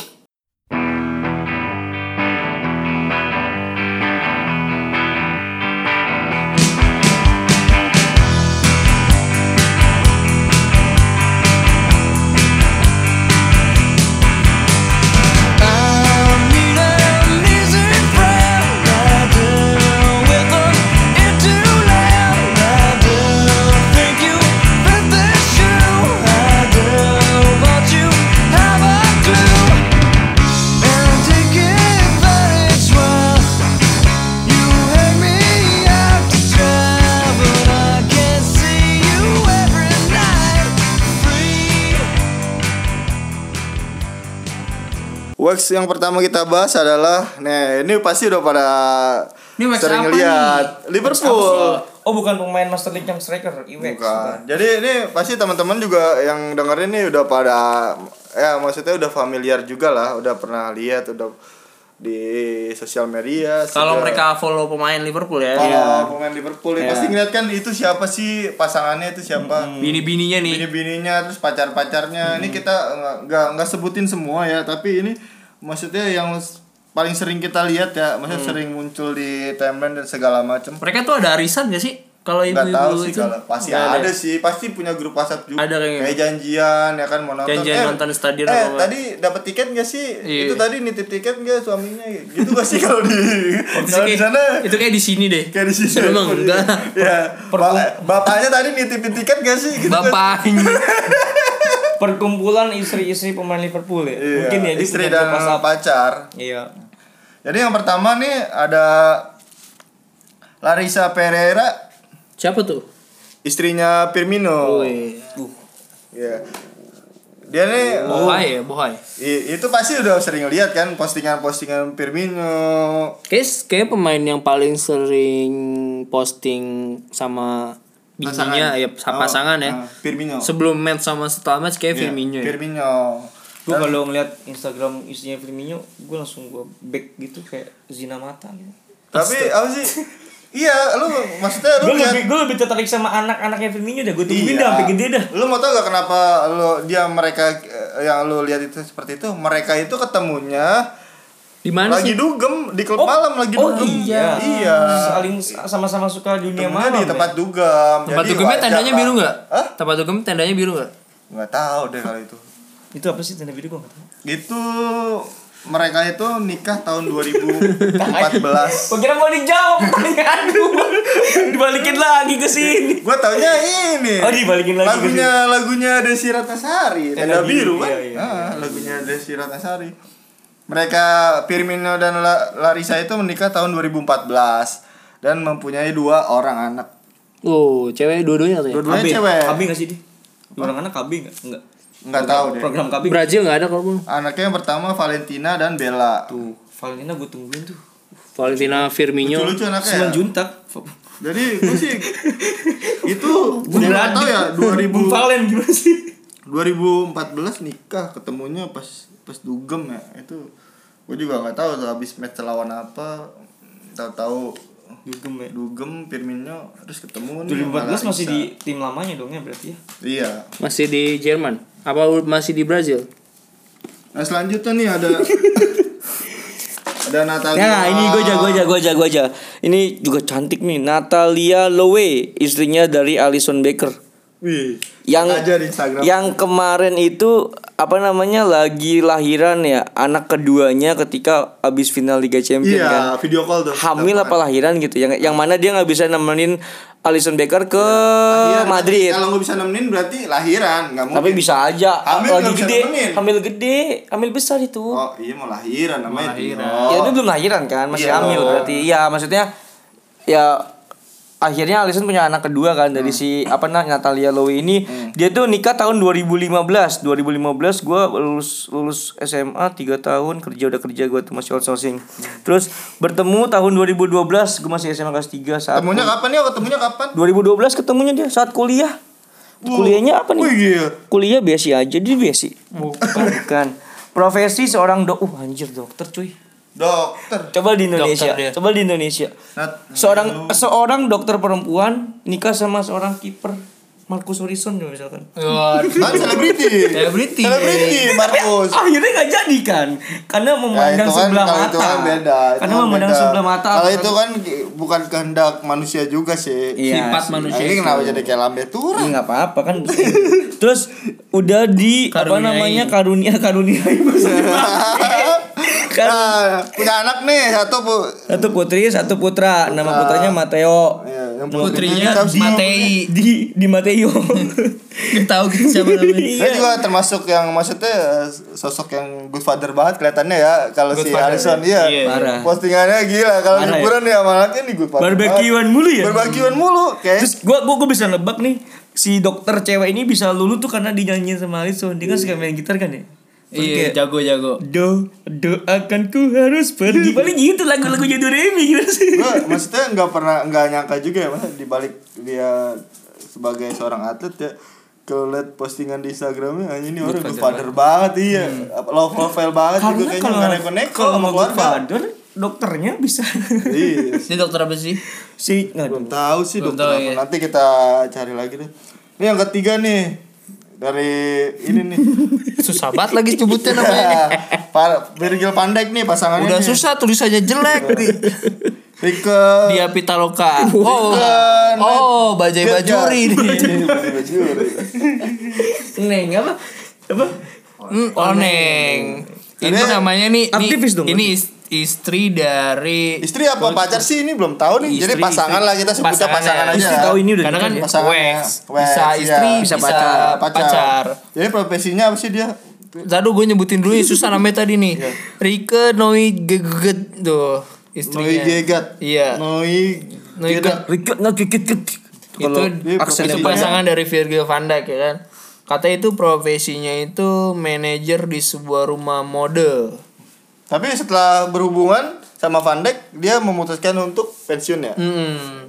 Wax yang pertama kita bahas adalah, nih ini pasti udah pada Ini wax sering apa lihat Liverpool. Oh bukan pemain Master League yang striker, Iwex. Bukan. Jadi ini pasti teman-teman juga yang dengerin ini udah pada ya maksudnya udah familiar juga lah, udah pernah lihat udah di sosial media. Kalau sudah- mereka follow pemain Liverpool ya. Kalau pemain Liverpool ya Iya. pasti ngeliat kan itu siapa sih pasangannya itu siapa. Bini-bininya nih. Bini-bininya terus pacar-pacarnya. Ini kita nggak nggak nggak sebutin semua ya, tapi ini maksudnya yang s- paling sering kita lihat ya, maksudnya sering muncul di timeline dan segala macam. Mereka tuh ada arisan gak sih? Kalau Nggak tahu ibu-ibu sih itu kalau pasti Nggak ada. sih, pasti punya grup WhatsApp juga. Ada kayaknya. Kayak janjian ya kan mau nonton. Janjian nonton di stadion Eh, apa. tadi dapat tiket gak sih? Iya. Itu tadi nitip tiket gak suaminya? Gitu gak sih kalau di Itu kalau di kayak- sana? itu kayak di sini deh. Kayak di sini. Emang enggak. Ya, ba- bapaknya tadi nitipin tiket gak sih? Gitu kan? Bapaknya. Perkumpulan istri-istri pemain Liverpool ya. Iya, Mungkin ya dia istri punya dan grup WhatsApp. pacar. Iya. Jadi yang pertama nih ada Larissa Pereira, Siapa tuh? istrinya Firmino. Woi. Ya. Dia nih Bohai ya, bohai. i- itu pasti udah sering lihat kan postingan-postingan Firmino. Kayak kayak pemain yang paling sering posting sama bininya ya Oh, pasangan ya. ah, Firmino. Sebelum match sama setelah match kayak Iya, Firmino ya. Firmino. Gue kalau ngeliat Instagram istrinya Firmino, gue langsung gue back gitu kayak zina mata gitu. Tapi apa sih? Iya, lu maksudnya lu Gue lihat lebih gue lebih tertarik sama anak-anaknya Firmino dah. Gue tungguin dah sampai gede dah. Lu mau tau gak kenapa lu dia mereka eh, yang lu lihat itu seperti itu? Mereka itu ketemunya Di mana lagi sih? dugem di klub Oh, malam lagi oh dugem. iya. Iya. Saling sama-sama suka dunia Ketemunya malam. di tempat ya? dugem. Tempat Jadi dugemnya wajar tendanya lah. biru enggak? Hah? Tempat dugemnya tendanya biru enggak? Enggak tahu deh kalau itu. Itu apa sih tanda biru gue nggak tahu. Itu mereka itu nikah tahun dua ribu empat belas. Gue kira mau dijawab pertanyaan gue. Dibalikin lagi ke sini. Gua taunya ini. Oh, dibalikin lagi ke Lagunya lagunya Desi Ratnasari, Tenda Tenda Biru Biru, kan? iya, iya, Ah, lagunya Desi Ratnasari. Mereka Firmino dan La- Larissa itu menikah tahun dua ribu empat belas dan mempunyai dua orang anak. Oh, cewek dua-duanya katanya. Dua-duanya K B. cewek. K B nggak sih dia? Orang anak K B nggak? Enggak. Enggak tahu deh. Program K B. Brazil enggak ada kalau mau. Anaknya yang pertama Valentina dan Bella. Tuh, Valentina gue tungguin tuh. Valentina Firmino. Lucu-lucu anaknya. Semen Ya? juntak. Jadi gue sih itu gue Beneran nggak tahu ya dua ribu Bung Valen gimana sih? dua ribu empat belas nikah ketemunya pas pas dugem ya itu gue juga nggak tahu tuh habis match lawan apa tahu-tahu Dugem ya. dugem Firmino terus ketemu nih dua ribu empat belas sama masih Larissa. di tim lamanya dong ya berarti ya. Iya. Masih di Jerman. Apa masih di Brazil? Nah selanjutnya nih ada ada Natalia. Nah ini gue aja, gue aja, gue aja, gue aja. Ini juga cantik nih, Natalia Lowe, istrinya dari Alisson Becker. Wih. Yang aja di Instagram. yang kemarin itu apa namanya lagi lahiran ya anak keduanya ketika abis final Liga Champions Iya, kan. video call tuh. Hamil apa lahiran gitu, yang yang mana dia nggak bisa nemenin Alisson Becker ke Lahiran, Madrid. Kalau nggak bisa nemenin berarti lahiran, nggak mungkin. Tapi bisa aja Hamil lagi nggak bisa gede, nemenin. hamil gede, hamil besar itu. Oh iya mau lahiran namanya. lahiran. Ya Oh. itu belum lahiran kan, masih Iya. hamil berarti. Iya, maksudnya ya akhirnya Alisson punya anak kedua kan dari si apa namanya Natalia Lowe ini. Dia tuh nikah tahun dua ribu lima belas. dua ribu lima belas gua lulus lulus S M A tiga tahun, kerja udah kerja gua tuh masih outsourcing. Terus bertemu tahun dua ribu dua belas gua masih S M A kelas tiga saat Ketemunya kapan ya? Ketemunya kapan? dua ribu dua belas ketemunya dia saat kuliah. Kuliahnya apa nih? Wih gila. Kuliah biasa aja, dia biasa. Bukan. Profesi seorang dok, uh anjir dokter cuy. Dokter. Coba di Indonesia, Dokter dia. coba di Indonesia. Nat- Seorang seorang dokter perempuan nikah sama seorang kiper Marcus Horizon misalkan. Waduh. Kan selebriti. Selebriti. Selebriti Markus. Akhirnya nggak jadi kan, karena memandang itu kan- sebelah kalau mata. itu kan beda. Itu Karena kan memandang beda. sebelah mata. Kalau itu kan bukan kehendak manusia juga sih. Iya, Sifat sih. manusia. Ini kenapa jadi kayak lambe Iya turun? nggak apa-apa kan. Terus udah di apa Karuniai. namanya karunia karuniai kan Nah, punya anak nih satu bu. satu putri satu putra, nama putranya Mateo. Iya, yang Nama Putrinya siapa sih? Matei. di di Mateo. Nggak tahu gitu siapa namanya. Saya juga termasuk yang maksudnya sosok yang good father banget kelihatannya ya kalau si Godfather, Alisson ya? iya. Iya, parah. Postingannya gila kalau Parah ya? liburan ya sama anaknya nih good father. Barbekyuan banget. mulu ya? Barbekyuan mulu kayak. Terus gua, gua gua bisa nebak nih si dokter cewek ini bisa lulu tuh karena dinyanyiin sama Alisson. Dia kan suka main gitar kan ya? Terus Iya, kayak, jago-jago. Do doakan ku harus pergi. Paling gitu lagu-lagunya Doremi gitu sih. Gua maksudnya nggak pernah nggak nyangka juga ya mas dibalik dia sebagai seorang atlet ya kalau lihat postingan di Instagramnya ah, ini orang good father banget iya low profile banget juga Karena kayaknya kalau nggak neko-neko kalau sama mau keluarga father dokternya bisa. iya Ini dokter apa sih? si belum tahu sih Belum dokter tahu, apa. iya. Nanti kita cari lagi deh ini yang ketiga nih dari ini nih Susah banget lagi sebutnya namanya. Pak Virgil van Dijk nih pasangannya Udah nih. susah tulisannya jelek. Rike Dia Pitaloka. Oh. Bukan. Oh, Bajai Bajuri nih. Bajai Bajuri Neng apa? Apa? Hmm, Oneng. Ini Ini namanya nih, nih aktivis dong, ini is- istri dari istri apa pacar sih ini belum tahu nih jadi Istri, pasangan istri. lah kita sebutnya Pasangan pasangan ya. aja Istri tahu ini udah karena kan nikah ya? Pasangan wax, ya. bisa Wax, istri, iya. bisa, pacar. pacar. Jadi profesinya apa sih dia? Tadi gue nyebutin dulu ya, susah namanya tadi nih. Rike Noi Geget tuh istrinya. Noi Gegat. Iya. Noi Noi Gegat. Rikut nggak dikit Itu dia itu profesinya- pasangan dari Virgil van Dijk ya kan. Katanya itu profesinya itu manajer di sebuah rumah mode. Tapi setelah berhubungan sama Van Dijk dia memutuskan untuk pensiun ya. Hmm.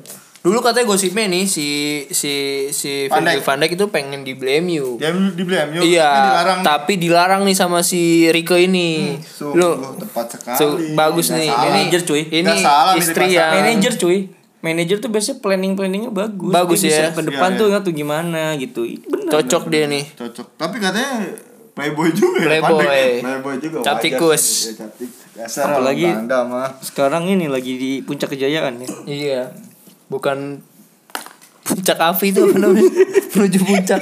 Dulu katanya gosipnya nih si si si Van Virgil Dijk. van Dijk itu pengen dibeli M U. Dia dibeli M U. Iya, tapi dilarang. tapi dilarang nih sama si Rico ini. Sungguh Lu tepat sekali. su- bagus Nggak nih. salah. Manajer, cuy. Ini Nggak salah istri milih yang Manajer cuy. Manajer tuh biasanya planning-planningnya bagus. Bagus Dia bisa ya. ke depan Iya, tuh iya. nggak tuh gimana gitu. Itu benar. cocok dia nih. Cocok. Tapi katanya playboy juga ya. Playboy. Van Dijk. Playboy juga. Cap wajar tikus. sih. Ya, cantik. Dasar Apalagi- orang Belanda mah. Sekarang ini lagi di puncak kejayaan ya. Iya. Bukan puncak api itu apa namanya? Menuju puncak.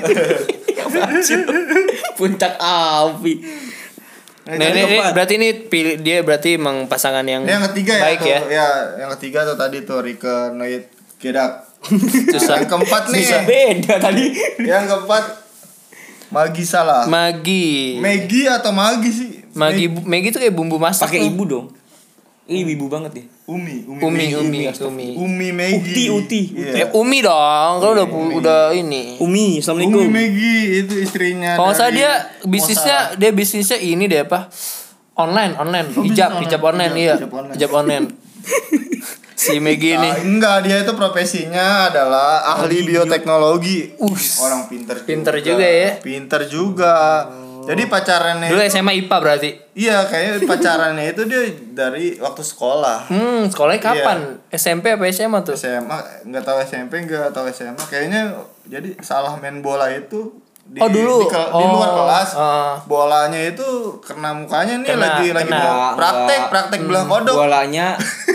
Puncak api. Nah, ini, ini keempat. berarti ini pilih dia berarti emang pasangan yang, Ini yang ketiga ya, baik tuh, ya. ya. Yang ketiga tuh tadi tuh Rike Noit Kedak. Susah. Yang keempat nih. Bisa beda tadi. Yang keempat Magi Salah. Magi. Megi atau Magi sih? Magi Magi itu kayak bumbu masak. Pakai tuh. ibu dong. Ih, ibu banget ya. Umi, Umi, Umi, Megi. Umi, Umi. Umi Megi. Uti, Uti. Iya. Eh, Umi dong, kalau udah udah ini. Umi, Umi assalamualum. Megi itu istrinya. Kalau nggak salah dari dia bisnisnya dia bisnisnya ini deh apa? Online, online, Oh, hijab, bisnis hijab online. online, Hijab, iya. hijab online. Hijab online. Si Megi ini. Nah, enggak, dia itu profesinya adalah ahli bioteknologi. Orang pinter juga. Pinter juga ya. Pinter juga. Jadi pacarannya Dulu itu, S M A I P A berarti. iya kayaknya pacarannya itu dia dari waktu sekolah. Hmm, sekolahnya Iya. kapan? S M P apa S M A tuh? S M A nggak tahu S M P nggak tahu S M A kayaknya jadi salah main bola itu di, Oh, dulu. di, ke- di Oh, luar kelas ah. bolanya itu kena mukanya nih Kena, lagi lagi kena. mau praktek Enggak. praktek belah kodok Bolanya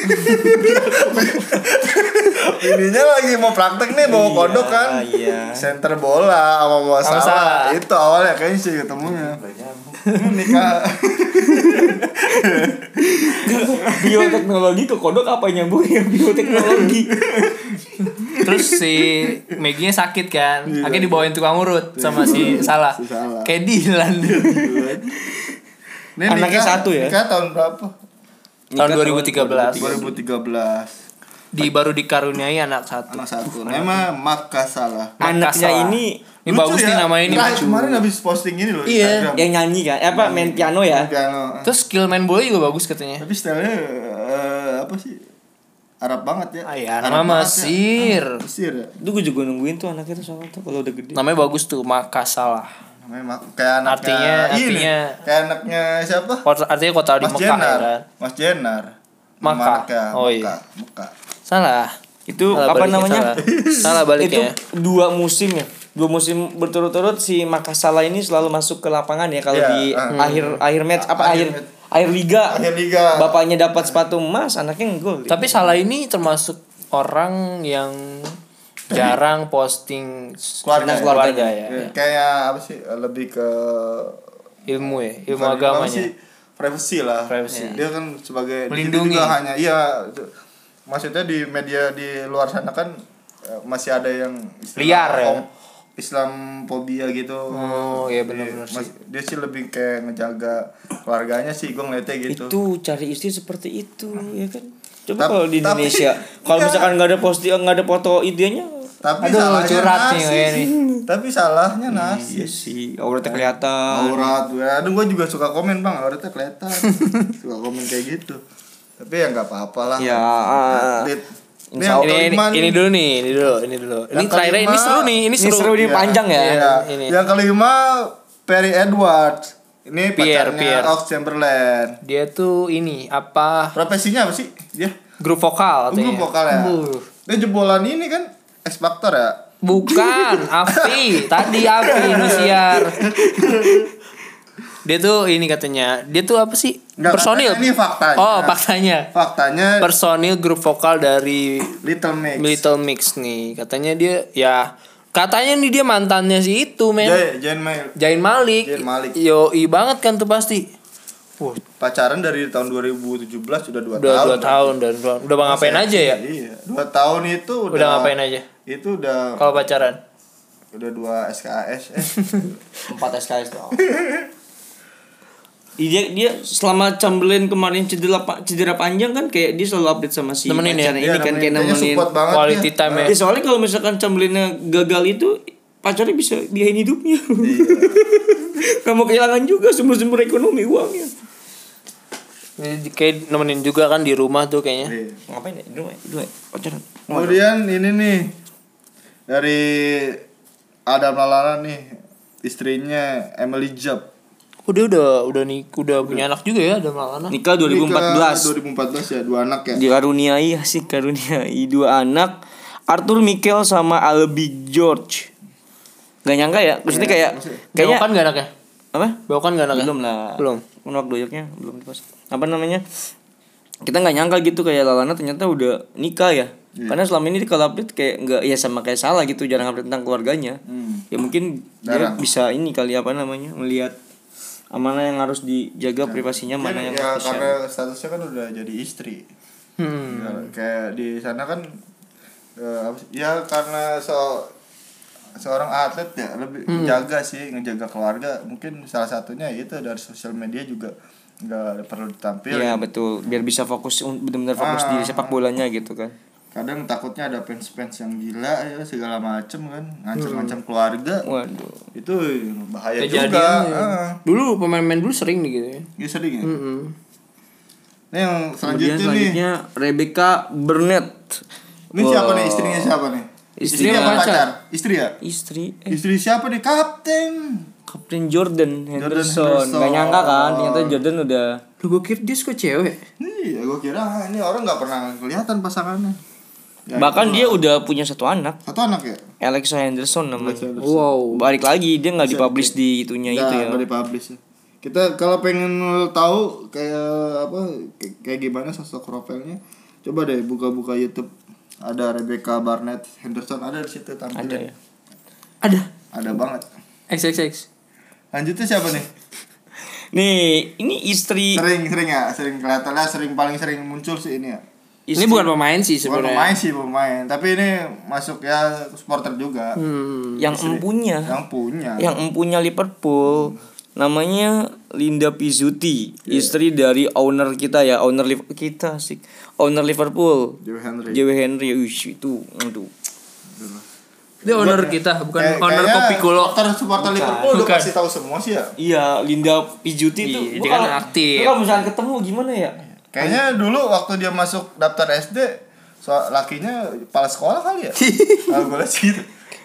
ininya lagi mau praktek nih bawa kodok kan iya. center bola sama mau Sama salah. salah. Itu awalnya kayaknya sih ketemunya nikah Bioteknologi ke kodok apa nyambungnya bioteknologi? Terus si Meginya sakit kan. Akhirnya dibawain tukang urut sama si Salah. Si Salah. Kayak Dilan. Ini Anaknya nikah- satu ya? nikah tahun berapa Tahun dua ribu tiga belas. dua ribu tiga belas Di baru dikaruniai anak satu. anak satu nama Maka Salah. Anaknya Salah. ini Ini bagus nih namanya ini. Nah, kemarin habis posting ini loh Iya. Instagram. yang nyanyi kan? Eh, apa main piano ya? Piano. Terus skill main bola juga bagus katanya. Tapi stylenya eh, apa sih? Arab banget ya. Ah, iya, Arab nama banget ya. Mesir. Ah, Mesir ya. Itu gue juga nungguin tuh anaknya tuh sama tuh kalau udah gede. Namanya bagus tuh, Maka Salah. Namanya mak- kayak anaknya Artinya- ini. artinya- Kayak anaknya siapa? Kota, artinya kota di Mas Mekah ya Jenar. kan. Mas Jenar. Maka. Nama anaknya Oh, iya. Maka. Maka. Salah. Itu Salah apa baliknya, namanya? Salah, salah Itu baliknya. dua musim ya. Dua musim berturut-turut si Makassala ini selalu masuk ke lapangan ya kalau Iya, di ah. akhir akhir match apa Akhir akhir match. akhir liga. Akhir liga. Bapaknya dapat sepatu emas, anaknya ngegol. Tapi Salah ini termasuk orang yang jarang posting Keluarga. keluarga ya. Ya, kayak apa sih? Lebih ke Ilmu ya, ilmu bukan apa agamanya. sih, privacy lah. Privacy. Dia kan sebagai di situ Melindungi. juga hanya iya itu. Maksudnya di media di luar sana kan eh, masih ada yang istilah Liar ya? hom- Islamophobia gitu. Oh, iya benar-benar Dia- sih. mas- Dia sih lebih kayak ngejaga keluarganya sih, gue ngeliatnya gitu. Itu cari istri seperti itu ya kan. Coba Tap- kalau di tapi- Indonesia, kalau Iya. misalkan nggak ada posting nggak ada foto idenya, Tapi Aduh, salahnya curhat nih narsis. kayak nih. Tapi salahnya iya narsis. sih, auratnya kelihatan. Aurat, gue. Aduh gue juga suka komen bang, auratnya kelihatan. Suka komen kayak gitu. Tapi ya nggak apa-apa lah. Ya, ah. Atlet. Ini Insya yang Ini, ini, kelima ini nih. dulu nih, ini dulu, ini dulu. Ini Yang terakhir ini kelima- seru nih, ini Ini seru. seru, ini panjang ya. Iya. Ini. Yang kelima Perry Edwards. Ini Pierre, pacarnya Pierre. Ox Chamberlain. Dia tuh ini apa? Profesinya apa sih dia? Grup vokal katanya. Grup vokal ya. Uh. Dia jebolan ini kan X Factor ya. Bukan, Afi. Tadi Afi Indosiar. Dia tuh ini katanya, dia tuh apa sih? Nggak, Personil. katanya ini faktanya. Oh, faktanya. Faktanya Personil grup vokal dari Little Mix. Little Mix nih. Katanya dia ya katanya nih dia mantannya si itu, men. Jay, Jain Mail. Jain Malik. Jain Malik. Yo, i banget kan tuh pasti. Wah, Pacaran dari tahun dua ribu tujuh belas udah dua udah tahun. dua tahun dan udah, udah bang ngapain aja ya? Iya, dua tahun itu udah. Udah ngapain aja? Itu udah Kalau pacaran. udah dua S K S eh. Empat S K S dong. Dia dia selama Chamberlain kemarin cedera pa- cedera panjang kan kayak dia selalu update sama si Nemenin ya? pacarnya Iya, ini kan kayak kayaknya nemenin. support banget Quality dia. time ya. Ya, soalnya kalau misalkan Chamberlainnya gagal itu pacarnya bisa biayain hidupnya. Iya. Kamu kehilangan juga sumber-sumber ekonomi uangnya. Ini kayak nemenin juga kan di rumah tuh kayaknya. Iya. Ngapain ya? Dulu ya, dulu ya. Pacaran. Kemudian ini nih dari Adam Lallana nih, istrinya Emily Job. Oh, dia udah udah nih udah punya anak juga ya, ada Lallana. Nikah dua ribu empat belas. dua ribu empat belas ya, dua anak ya. Dikaruniai asik karuniai dua anak, Arthur Michael sama Albie George. Gak nyangka ya, maksudnya kayak kayaknya Bewokan gak anaknya? apa? Bewokan gak anaknya? Belum lah. Belum. Menolak doyoknya belum dipasang. Apa namanya? Kita nggak nyangka gitu kayak Lallana ternyata udah nikah ya. Yeah. Karena selama ini kalau update kayak nggak ya sama kayak Salah gitu, jarang update tentang keluarganya. Hmm. Ya mungkin Darang. dia bisa ini kali apa namanya melihat mana yang harus dijaga privasinya, Mungkin mana yang ya harus karena statusnya kan udah jadi istri. Hmm. Ya, kayak di sana kan uh, ya karena so seorang atlet ya lebih hmm. menjaga sih, ngejaga keluarga. Mungkin salah satunya itu dari sosial media juga nggak perlu ditampilkan. Iya betul, biar bisa fokus benar-benar fokus ah, di sepak bolanya gitu kan. Kadang takutnya ada fans-fans yang gila ya segala macem kan, ngancam-ngancam keluarga. Waduh. Itu bahaya kejadian juga. Ya. Ah. Dulu pemain-pemain dulu sering nih gitu ya. Iya sering ya. Mm-hmm. Nah, yang selanjutnya, selanjutnya nih Rebecca Burnett. Ini wow. Siapa nih istrinya siapa nih? Istrinya Istri pacar. Istri ya? Istri. Eh. Istri siapa nih? Kapten. Kapten Jordan Henderson. Jordan Henderson. Gak nyangka kan, ternyata Jordan udah. Lu gue kira dia suka cewek. Iya, gue kira ah, ini orang nggak pernah kelihatan pasangannya. Ya, bahkan dia udah punya satu anak. Satu anak ya? Alexa Henderson namanya. Henderson. Wow. Balik lagi dia nggak dipublish di itunya nah, itu ya. Nggak dipublish ya. Kita kalau pengen tahu kayak apa kayak gimana sosok profilnya, coba deh buka-buka YouTube. Ada Rebecca Barnett Henderson ada di situ tampilnya. Ada ya. Ada. Ada banget. X X X. Lanjutnya siapa nih? Nih, ini istri. Sering sering ya, sering kelihatannya sering paling sering muncul sih ini ya. Istri. Ini bukan pemain sih sebenarnya. Bukan pemain sih pemain, tapi ini masuk ya supporter juga. Hmm. Yang istri. empunya. Yang punya. Yang empunya Liverpool. Hmm. Namanya Linda Pizzuti, yeah. Istri dari owner kita ya, owner Liv- kita sih, owner Liverpool. J W Henry. J W Henry, Uish, itu, aduh. Dia owner kita, bukan eh, owner Kopi Kulo. Supporter supporter Liverpool udah pasti tahu semua sih ya. Iya, Linda Pizzuti itu. Iya, dia kan aktif. Kalau misalnya ketemu gimana ya? Kayaknya dulu waktu dia masuk daftar S D, so lakinya kepala sekolah kali ya. Kalau gue lihat gitu.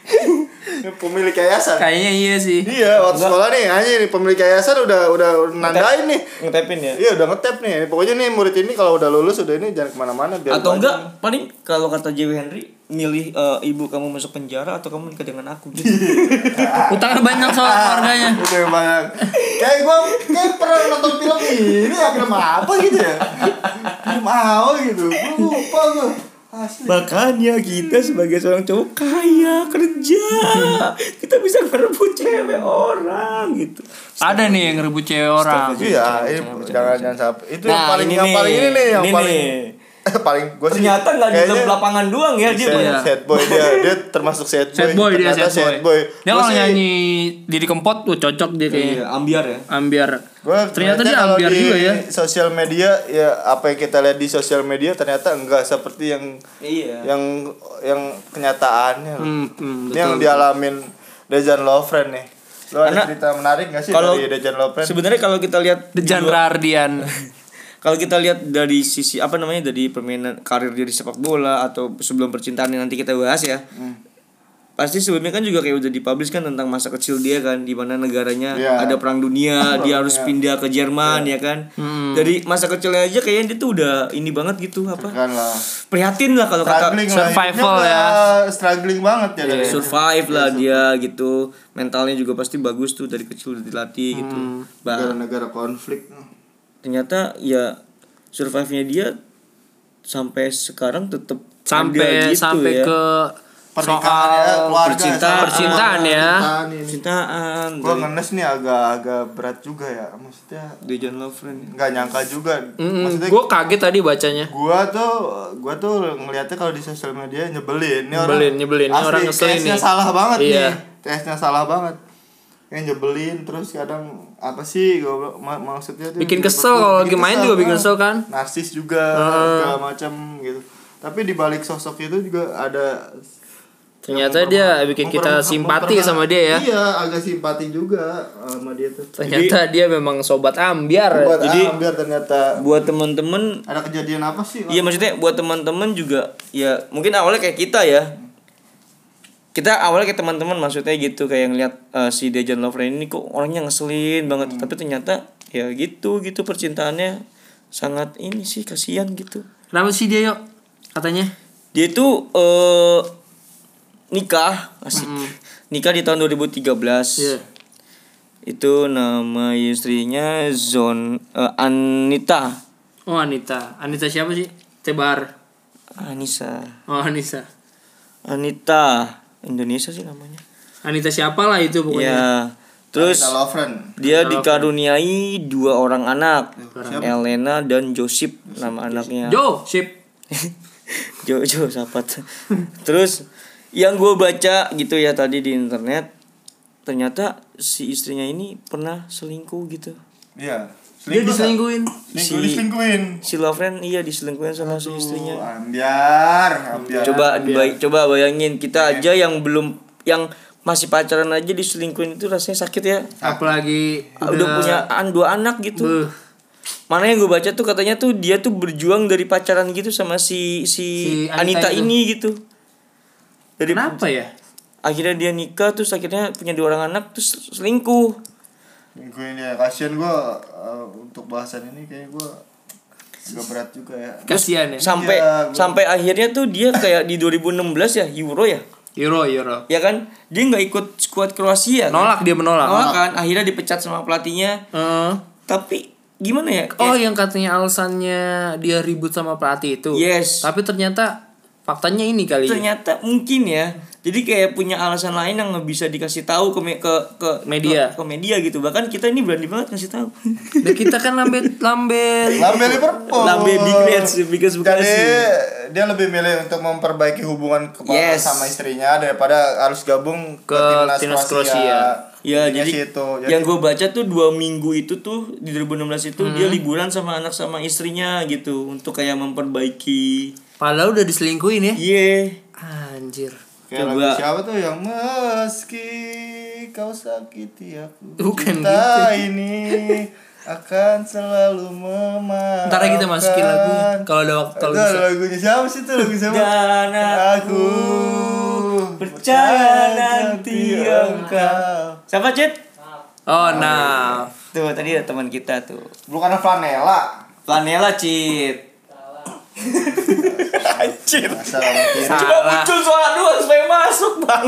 Pemilik yayasan. Kayaknya iya sih. Iya, waktu sekolah nih, hanya nih pemilik yayasan udah udah nandain nih. Ngetepin ya? Iya, udah ngetep nih. Pokoknya nih murid ini kalau udah lulus udah ini jangan kemana-mana biar. Atau enggak, aja. Paling kalau kata J W Henry, milih uh, ibu kamu masuk penjara atau kamu nikah dengan aku gitu. Utangnya banyak soal keluarganya. Utangnya banyak. Kayak gua kayak pernah nonton film ini ya, film apa gitu ya. Film apa gitu. Gua lupa gua. Asli. Makanya kita sebagai seorang cowok kaya kerja, kita bisa ngerebut cewek orang gitu. Ada nih yang ngerebut cewek orang. Iya, ini jangan jangan sampai. Itu yang paling yang paling ini nih, yang paling paling gue sih ternyata nggak di lapangan doang ya dia ya. Sad boy dia dia termasuk sad boy. Sad boy dia sad boy. boy. Dia kalau nyanyi Didi Kempot tuh cocok dia kayak iya, ambiar ya. Ambiar. Gua ternyata dia ambiar juga ya. Sosial media ya apa yang kita lihat di sosial media ternyata enggak seperti yang iya. yang yang kenyataannya. Hmm, hmm, yang dialamin Dejan Lovren nih. Lo ada cerita menarik enggak sih dari Dejan Lovren? Sebenarnya kalau kita lihat Dejan Rardian. Kalau kita lihat dari sisi apa namanya dari permainan karir dia di sepak bola atau sebelum percintaan yang nanti kita bahas ya, hmm. pasti sebelumnya kan juga kayak udah dipublish kan tentang masa kecil dia kan di mana negaranya yeah. ada perang dunia, dia harus yeah. pindah ke Jerman yeah. ya kan, hmm. dari masa kecilnya aja kayaknya dia tuh udah ini banget gitu apa, lah. prihatin lah kalau kata survival ya, struggling banget ya, yeah. survive yeah. lah yeah. dia gitu, mentalnya juga pasti bagus tuh dari kecil udah dilatih hmm. gitu, negara-negara konflik. Ternyata ya survive-nya dia sampai sekarang tetap sampai gitu sampai ya. ke pernikahan ya, keluarga, percintaan, percintaan ya. Percintaan. Gua ngenes nih agak-agak berat juga ya. Maksudnya Dejan Lovren. Enggak nyangka juga. Mm-hmm. Maksudnya gua kaget tadi bacanya. Gua tuh gua tuh ngelihatnya kalau di sosial media nyebelin. Ini nyebelin, orang nyebelin. Ini orang ngeselin nih. Tesnya salah banget iya. nih. Tesnya salah banget. Yang nyebelin terus kadang apa sih gua mak- maksudnya tuh bikin kesel kalau lagi main juga bikin kesel kan. Narsis juga uh. segala macam gitu. Tapi di balik sosok itu juga ada Ternyata dia bikin kita simpati sama dia ya. Iya, agak simpati juga sama dia tuh. Ternyata dia memang sobat ambiar. Sobat Jadi ambiar ternyata. Buat teman-teman, Ada kejadian apa sih? iya maksudnya buat teman-teman juga ya mungkin awalnya kayak kita ya. Kita awalnya kayak teman-teman maksudnya gitu kayak ngeliat uh, si Dejan Lovren ini kok orangnya ngeselin banget, tapi ternyata ya gitu gitu percintaannya sangat ini sih kasihan gitu. Kenapa sih dia yuk katanya? Dia itu uh, nikah asik. Mm. Nikah di tahun dua ribu tiga belas. Iya. Itu nama istrinya Zon uh, Anita. Oh Anita. Anita siapa sih? Tebar. Anissa. Oh Anissa. Anita Indonesia sih namanya. Anita siapa lah itu pokoknya. Ya. Terus Anita Lovren. dia dikaruniai dua orang anak, Siapa? Elena dan Josip nama anaknya. Jo, sip. Jo Jo sapat. Terus yang gue baca gitu ya tadi di internet, ternyata si istrinya ini pernah selingkuh gitu. Iya. Dia diselingkuhin. Selingkuh diselingkuhin. Si Lovren iya diselingkuhin sama si istrinya. Ambiar, ambiar. Coba bay- coba bayangin kita aja yang belum yang masih pacaran aja diselingkuhin itu rasanya sakit ya. Apalagi Udah, udah punya an, dua anak gitu. Beuh. Mana yang gue baca tuh katanya tuh dia tuh berjuang dari pacaran gitu sama si si, Si Anita Anita, itu. ini gitu. Dari Kenapa ya? akhirnya dia nikah terus akhirnya punya dua orang anak terus selingkuh. Selingkuhin ya. Kasian gua uh, untuk bahasan ini kayak gua agak berat juga ya. Kasihan ya. Sampai Iya, gua- sampai akhirnya tuh dia kayak di dua ribu enam belas ya Euro ya. Euro, Euro. Ya kan? Dia nggak ikut skuad Kroasia. Kan? Nolak dia menolak. Nolak kan? Akhirnya dipecat sama pelatihnya. Heeh. Tapi gimana ya? Oh, Kayak- yang katanya alasannya dia ribut sama pelatih itu. Yes. Tapi ternyata faktanya ini kali. ternyata mungkin ya. Jadi kayak punya alasan lain yang nggak bisa dikasih tahu ke me- ke ke Media. ke, ke media gitu. Bahkan kita ini berani banget ngasih tahu. Dan kita kan lambe lambe Lambe Liverpool. Lambe Big Reds, Bigas Jadi Bekasi. dia lebih milih untuk memperbaiki hubungan kepala Yes. sama istrinya daripada harus gabung ke, Ke timnas, timnas Kroasia. Kroasia. Ya Intinya jadi sih itu. Jadi yang gue baca tuh dua minggu itu tuh di dua ribu enam belas itu Hmm. dia liburan sama anak sama istrinya gitu untuk kayak memperbaiki. Padahal udah diselingkuhin ya. Iya. Anjir. kayak coba. lagu siapa tuh yang meski kau sakiti aku. Bukan cinta gitu. ini akan selalu memaafkan. Ntar kita masukin lagu kalau ada waktu kalau Itu bisa. lagunya siapa sih tuh lagu siapa? Dan aku percaya nanti engkau. Siapa Cit? Oh, nah. Tuh tadi ada teman kita tuh. Bukan Flanela. Planela Cit. Anjir. Asal sama kiri. Cuma Salah. muncul suara doang supaya masuk bang.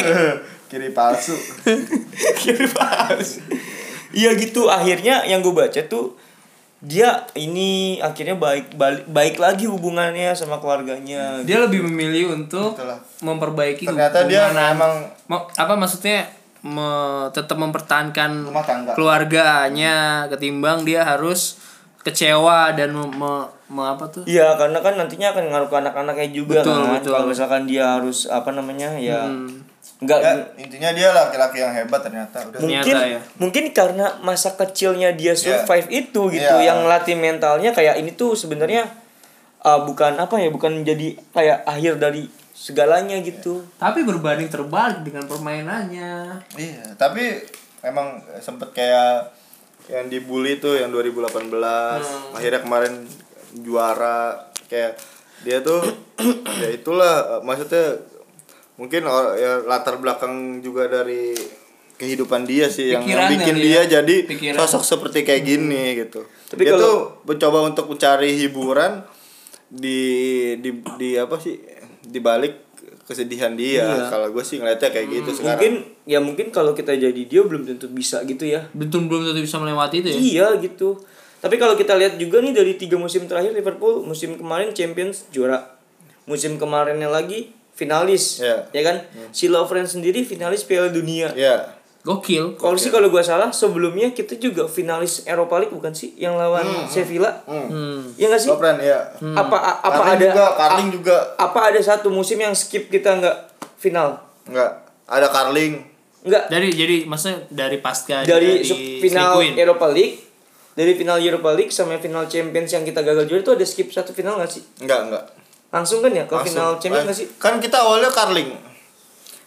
Kiri palsu. Kiri palsu. Iya gitu akhirnya yang gue baca tuh dia ini akhirnya baik balik baik lagi hubungannya sama keluarganya. Dia lebih memilih untuk Itulah. memperbaiki Ternyata dia hubungan. emang Mau- apa maksudnya me- tetap mempertahankan Rumah tangga. keluarganya ketimbang dia harus kecewa dan me, me- me- apa tuh Iya karena kan nantinya akan ngaruh ke anak-anaknya juga Betul, kan. betul. Kalau misalkan dia harus apa namanya ya Hmm. enggak ya, intinya dia laki-laki yang hebat ternyata. Udah. mungkin Ternyata ya. mungkin karena masa kecilnya dia survive itu gitu Iya. yang ngelatih mentalnya kayak ini tuh sebenarnya uh, bukan apa ya bukan jadi kayak akhir dari segalanya gitu. tapi berbanding terbalik dengan permainannya. Iya, tapi emang sempet kayak yang dibully tuh yang dua ribu delapan belas Hmm. akhirnya kemarin juara kayak dia tuh ya itulah eh, maksudnya mungkin or- ya, latar belakang juga dari kehidupan dia sih yang, yang Pikirannya bikin dia. dia jadi Pikiran. sosok seperti kayak gini gitu. Tapi dia kalau- tuh mencoba untuk mencari hiburan di di di apa sih di balik kesedihan dia. Iya. Kalau gue sih ngeliatnya kayak gitu sekarang. Mungkin ya mungkin kalau kita jadi dia belum tentu bisa gitu ya. Betul belum tentu bisa melewati itu ya. Iya gitu. Tapi kalau kita lihat juga nih dari tiga musim terakhir Liverpool, musim kemarin Champions juara. Musim kemarinnya lagi finalis. Iya. Ya kan? Si Lovren sendiri finalis Piala Dunia. Ya. Gokil. Kalau sih kalau gua salah sebelumnya kita juga finalis Europa League bukan sih yang lawan Sevilla? Hmm. Ya enggak sih? Lovren ya. Apa a- apa Carling ada juga, a- Carling juga. apa ada satu musim yang skip kita nggak final? Enggak. Ada Carling. Enggak. Dari jadi maksudnya dari pasca Dari dia se- final diselingkuhin. Europa League, dari final Europa League sama final Champions yang kita gagal juara itu ada skip satu final nggak sih? Enggak, enggak. Langsung kan ya ke Langsung. final Champions Eh, nggak sih? Kan kita awalnya Carling.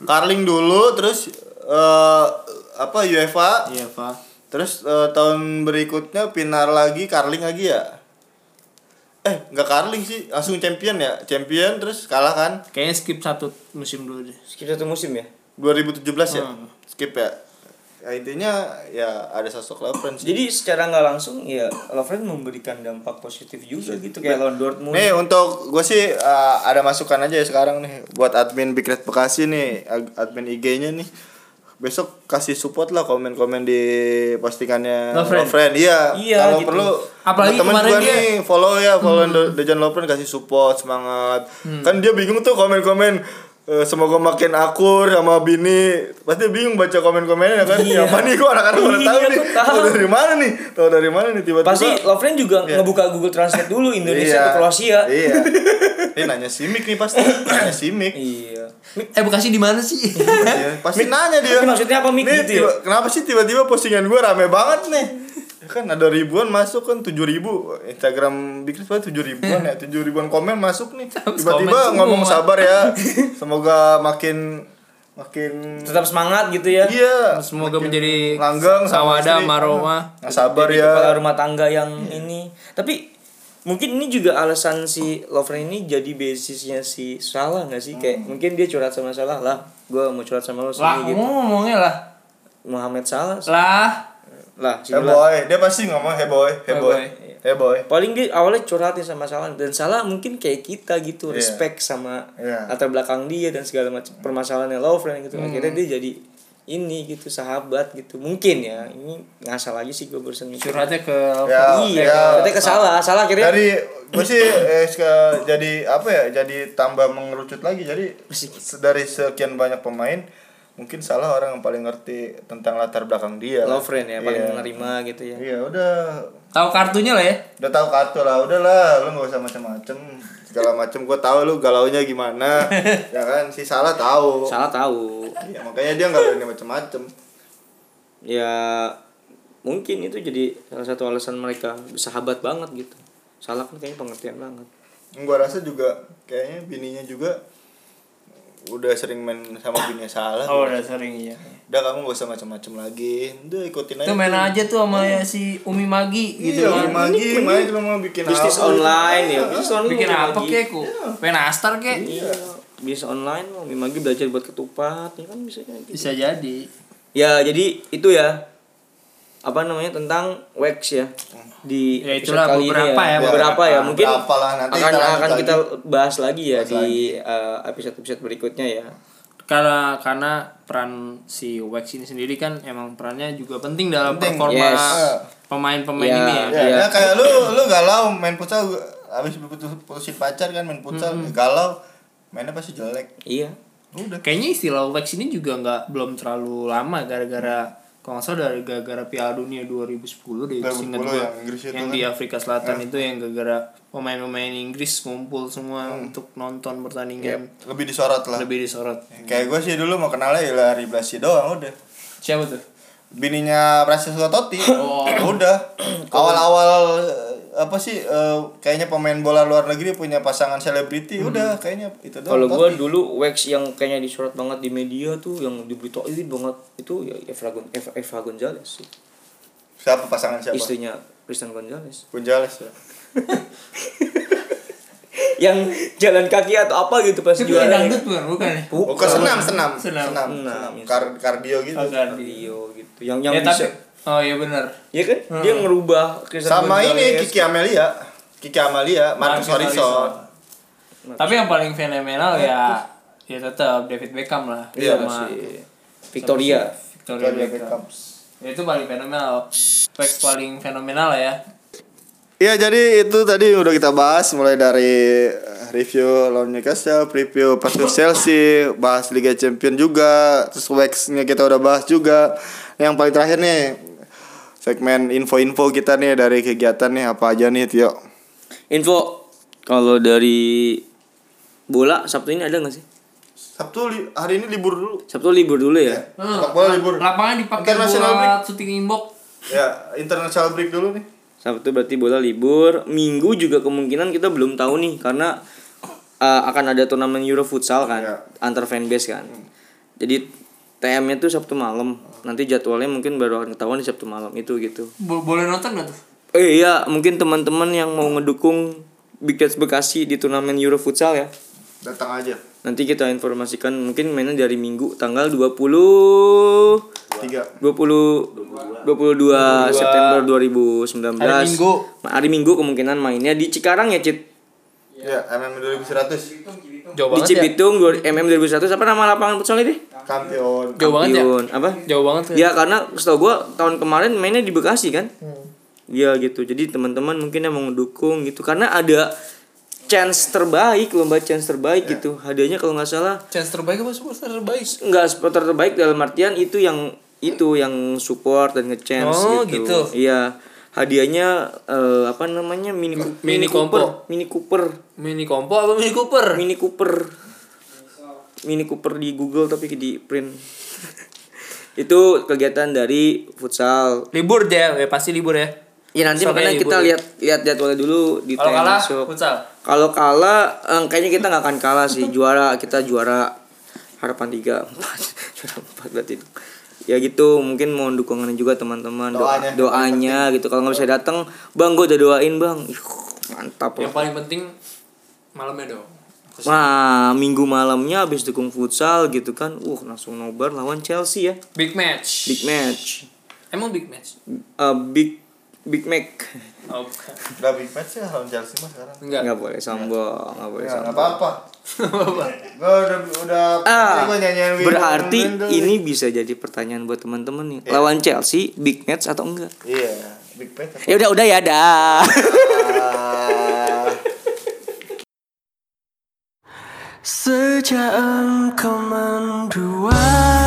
Carling dulu, terus uh, apa UEFA. Iya, Pak. Terus uh, tahun berikutnya Pinar lagi, Carling lagi ya. Eh, enggak Carling sih, langsung champion ya. Champion terus kalah kan? Kayaknya skip satu musim dulu deh. Skip satu musim ya. dua ribu tujuh belas ya. Hmm. Skip ya. Ya intinya ya ada sosok Lovren sih. Jadi secara nggak langsung ya Lovren memberikan dampak positif juga gitu kayak lawan Dortmund. Nih untuk gue sih uh, ada masukan aja ya sekarang nih buat admin Big Red Bekasi nih, admin I G-nya nih. Besok kasih support lah komen-komen di postingannya Lovren. Lovren. Iya. Iya, Kalau gitu. perlu Apalagi teman kemarin juga dia- nih follow ya, follow hmm. Dejan Lovren, kasih support, semangat. Hmm. Kan dia bingung tuh komen-komen eh, semoga makin akur sama Bini. Pasti bingung baca komen-komennya kan. Iya. Apa nih, gua anak-anak pada Iya, tahu gua nih. tahu. Tahu dari mana nih? Tahu dari mana nih tiba-tiba. Pasti Lovren juga Iya. ngebuka Google Translate dulu Indonesia Iya. ke Kroasia. Iya. Ini nanya Simic nih pasti. Nanya Simic. Iya. Eh, Bekasi di mana sih? Iya, pasti nanya dia. Ini maksudnya apa, Mik? Nih, Gitu ya? tiba- kenapa sih tiba-tiba postingan gue rame banget nih? Ya kan ada ribuan masuk kan tujuh ribu Instagram Big Red tujuh ribuan ya tujuh ribuan komen masuk nih tiba-tiba komen ngomong semua. sabar ya semoga makin makin Tetap semangat gitu ya. iya Semoga makin menjadi langgeng sama sawada istri. maroma. Nah, sabar Jadi ya kepala rumah tangga yang ini. Tapi mungkin ini juga alasan si Lovren ini jadi basisnya si Salah nggak sih? Kayak mungkin dia curhat sama Salah lah. Gue mau curhat sama lo Lah, sini gitu. ngomongnya lah. Muhammad Salah. Lah. Lah, hey sini lah. boy dia pasti ngomong hey boy hey Hey boy boy. hey boy Paling dia awalnya curhatin sama Salah dan Salah mungkin kayak kita gitu, Iya. respect sama Iya. latar belakang dia dan segala macam permasalahannya Lovren gitu. Akhirnya dia jadi ini gitu sahabat gitu. Mungkin ya, ini ngasal aja sih gue barusan mikir. Curhatnya ke Ya, iya, ya, katanya ke Salah, Salah akhirnya dari gue sih eh, ke- jadi apa ya jadi tambah mengerucut lagi jadi se- dari sekian banyak pemain mungkin Salah orang yang paling ngerti tentang latar belakang dia lah. Lovren ya paling Iya. menerima gitu ya. Iya udah tahu kartunya lah ya. udah tahu kartu lah udahlah lu nggak usah macam-macam segala macam gue tahu lu galaunya gimana ya kan si Salah tahu Salah tahu. ya, makanya dia nggak berani macam-macam Ya mungkin itu jadi salah satu alasan mereka bersahabat banget gitu. Salah kan kayaknya pengertian banget. gue rasa juga kayaknya bininya juga udah sering main sama bininya Salah Oh, udah sering iya. udah kamu gak usah macam-macam lagi udah ikutin aja Itu main tuh. aja tuh sama ya si Umi Magi gitu iya kan. Umi Magi main kalau mau bikin Bisnis apa online ya, bisnis online Bikin mau apa lagi. kek ku? Pengen nastar kek? Iya, bisnis online mau Mimagi belajar buat ketupat ya kan bisa kayak gitu. Bisa jadi. Ya jadi itu ya apa namanya tentang wax ya di Ya, episode itulah kali beberapa ini ya, beberapa ya beberapa. mungkin Beberapa lah, nanti akan kita lanjut akan lagi. kita bahas lagi ya Bahas di lagi. uh, episode-episode berikutnya ya. Karena karena peran si Wax ini sendiri kan emang perannya juga penting dalam Penting, performa yes. pemain-pemain Ya. ini ya. ya, Iya. ya kayak lu lu galau main futsal habis putus putusin pacar kan main futsal galau mainnya pasti jelek Iya. udah Kayaknya istilah Wax ini juga nggak belum terlalu lama gara-gara kalau nggak salah dari gara-gara Piala Dunia dua ribu sepuluh deh dua ribu seingat sepuluh gua. yang Inggris itu yang kan. di Afrika Selatan itu yang gara-gara pemain-pemain Inggris ngumpul semua untuk nonton pertandingan lebih disorot lah lebih disorot. kayak gue sih dulu mau kenalnya ya Larry Blasi doang udah Siapa tuh? bininya Prasetyo Totti Oh. udah awal-awal eh, apa sih eh, kayaknya pemain bola luar negeri punya pasangan selebriti udah kayaknya itu doang Kalau gue Totti. dulu wax yang kayaknya disorot banget di media tuh yang diberitain banget itu ya Eva, Gon- Eva, Eva Gonzalez sih. siapa pasangan siapa Istrinya Christian Gonzalez. Gonzales ya Yang jalan kaki atau apa gitu pas Itu juara. yang dangdut bukan? Bukan ya? oh ke senam senam Senam. senam, Senam, senam. ya. Kar- kardio gitu Oh, kan. Video gitu. Yang yang Ya, bisa. tapi oh iya benar. Ya kan? Dia ngerubah Christian sama ini Gonzalez. Kiki Amelia Kiki Amalia Marcus Marcus Horizon Tapi yang paling fenomenal ya ya tetap David Beckham lah. Iya, sama Si Victoria. Victoria Victoria Beckham. Beckham. Ya, itu paling fenomenal. Wax paling fenomenal lah ya. Iya jadi itu tadi udah kita bahas mulai dari review lawan Newcastle, preview versus Chelsea, bahas Liga Champions juga, terus Wax-nya kita udah bahas juga. Yang paling terakhir nih segmen info-info kita nih dari kegiatan nih apa aja nih Tio? Info kalau dari bola Sabtu ini ada nggak sih? Sabtu li- hari ini libur dulu. Sabtu libur dulu ya. Sepak bola libur. Lapangan dipakai International buat syuting inbox. Ya, international break dulu nih. Sabtu berarti bola libur. Minggu juga kemungkinan kita belum tahu nih karena uh, akan ada turnamen Euro Futsal kan Ya. antar fanbase kan. Jadi T M-nya tuh Sabtu malam. Nanti jadwalnya mungkin baru akan ketahuan di Sabtu malam itu gitu. Bo- boleh nonton nggak tuh? Eh iya, mungkin teman-teman yang mau ngedukung Big Reds Bekasi di turnamen Euro Futsal ya. Datang aja. Nanti kita informasikan mungkin mainnya dari Minggu tanggal dua puluh Tiga. dua puluh dua puluh dua September dua ribu sembilan belas. Hari Minggu. Hari Minggu kemungkinan mainnya di Cikarang ya, Cit. Ya, M M dua ribu seratus. Jauh Di banget ya. Cibitung dua- M M dua ribu seratus apa nama lapangan futsalnya deh? Kampion. Jauh banget ya. Kampion. Apa? Jauh banget ya. Ya karena setahu gua tahun kemarin mainnya di Bekasi kan. Hmm. Ya gitu. Jadi teman-teman mungkin yang mau ngedukung gitu karena ada chance terbaik, lomba chance terbaik gitu. Hadiahnya kalau nggak salah Chance terbaik apa supporter terbaik? nggak supporter terbaik dalam artian itu yang itu yang support dan nge-chance Oh, gitu. gitu. Iya. Hadiahnya eh, apa namanya mini Mini Cooper, Mini Cooper, Mini Kompo apa Mini Cooper? Mini Cooper. Mini Cooper di Google tapi di print. Itu kegiatan dari futsal. Libur deh, ya pasti libur ya. Ya nanti Sampai makanya libur kita ya. lihat lihat jadwalnya dulu di Kalau T M kalah besok. futsal. Kalau kalah eh, kayaknya kita nggak akan kalah sih. Juara kita juara harapan tiga empat juara empat berarti itu. Ya gitu mungkin mohon dukungannya juga teman-teman doa, Doanya. doanya gitu kalau nggak bisa datang bang gue udah doain bang. Ih, mantap Yang lah. paling penting malamnya dong. Wah minggu malamnya habis dukung futsal gitu kan, uh langsung nobar lawan Chelsea ya. Big match. Big match, Emang big match? uh, big Big Mac. Oh, bukan. Udah big match ya lawan Chelsea mah sekarang. Enggak. Nggak boleh sombong, nggak boleh Ya, sombong. enggak apa-apa. Gua udah udah Ah, gua nyanyiin Windows berarti Windows. ini bisa jadi pertanyaan buat teman-teman nih. Iya. Lawan Chelsea, big match atau enggak? Iya, big match. Ya udah udah ya dah. Ah. Sejak engkau mendua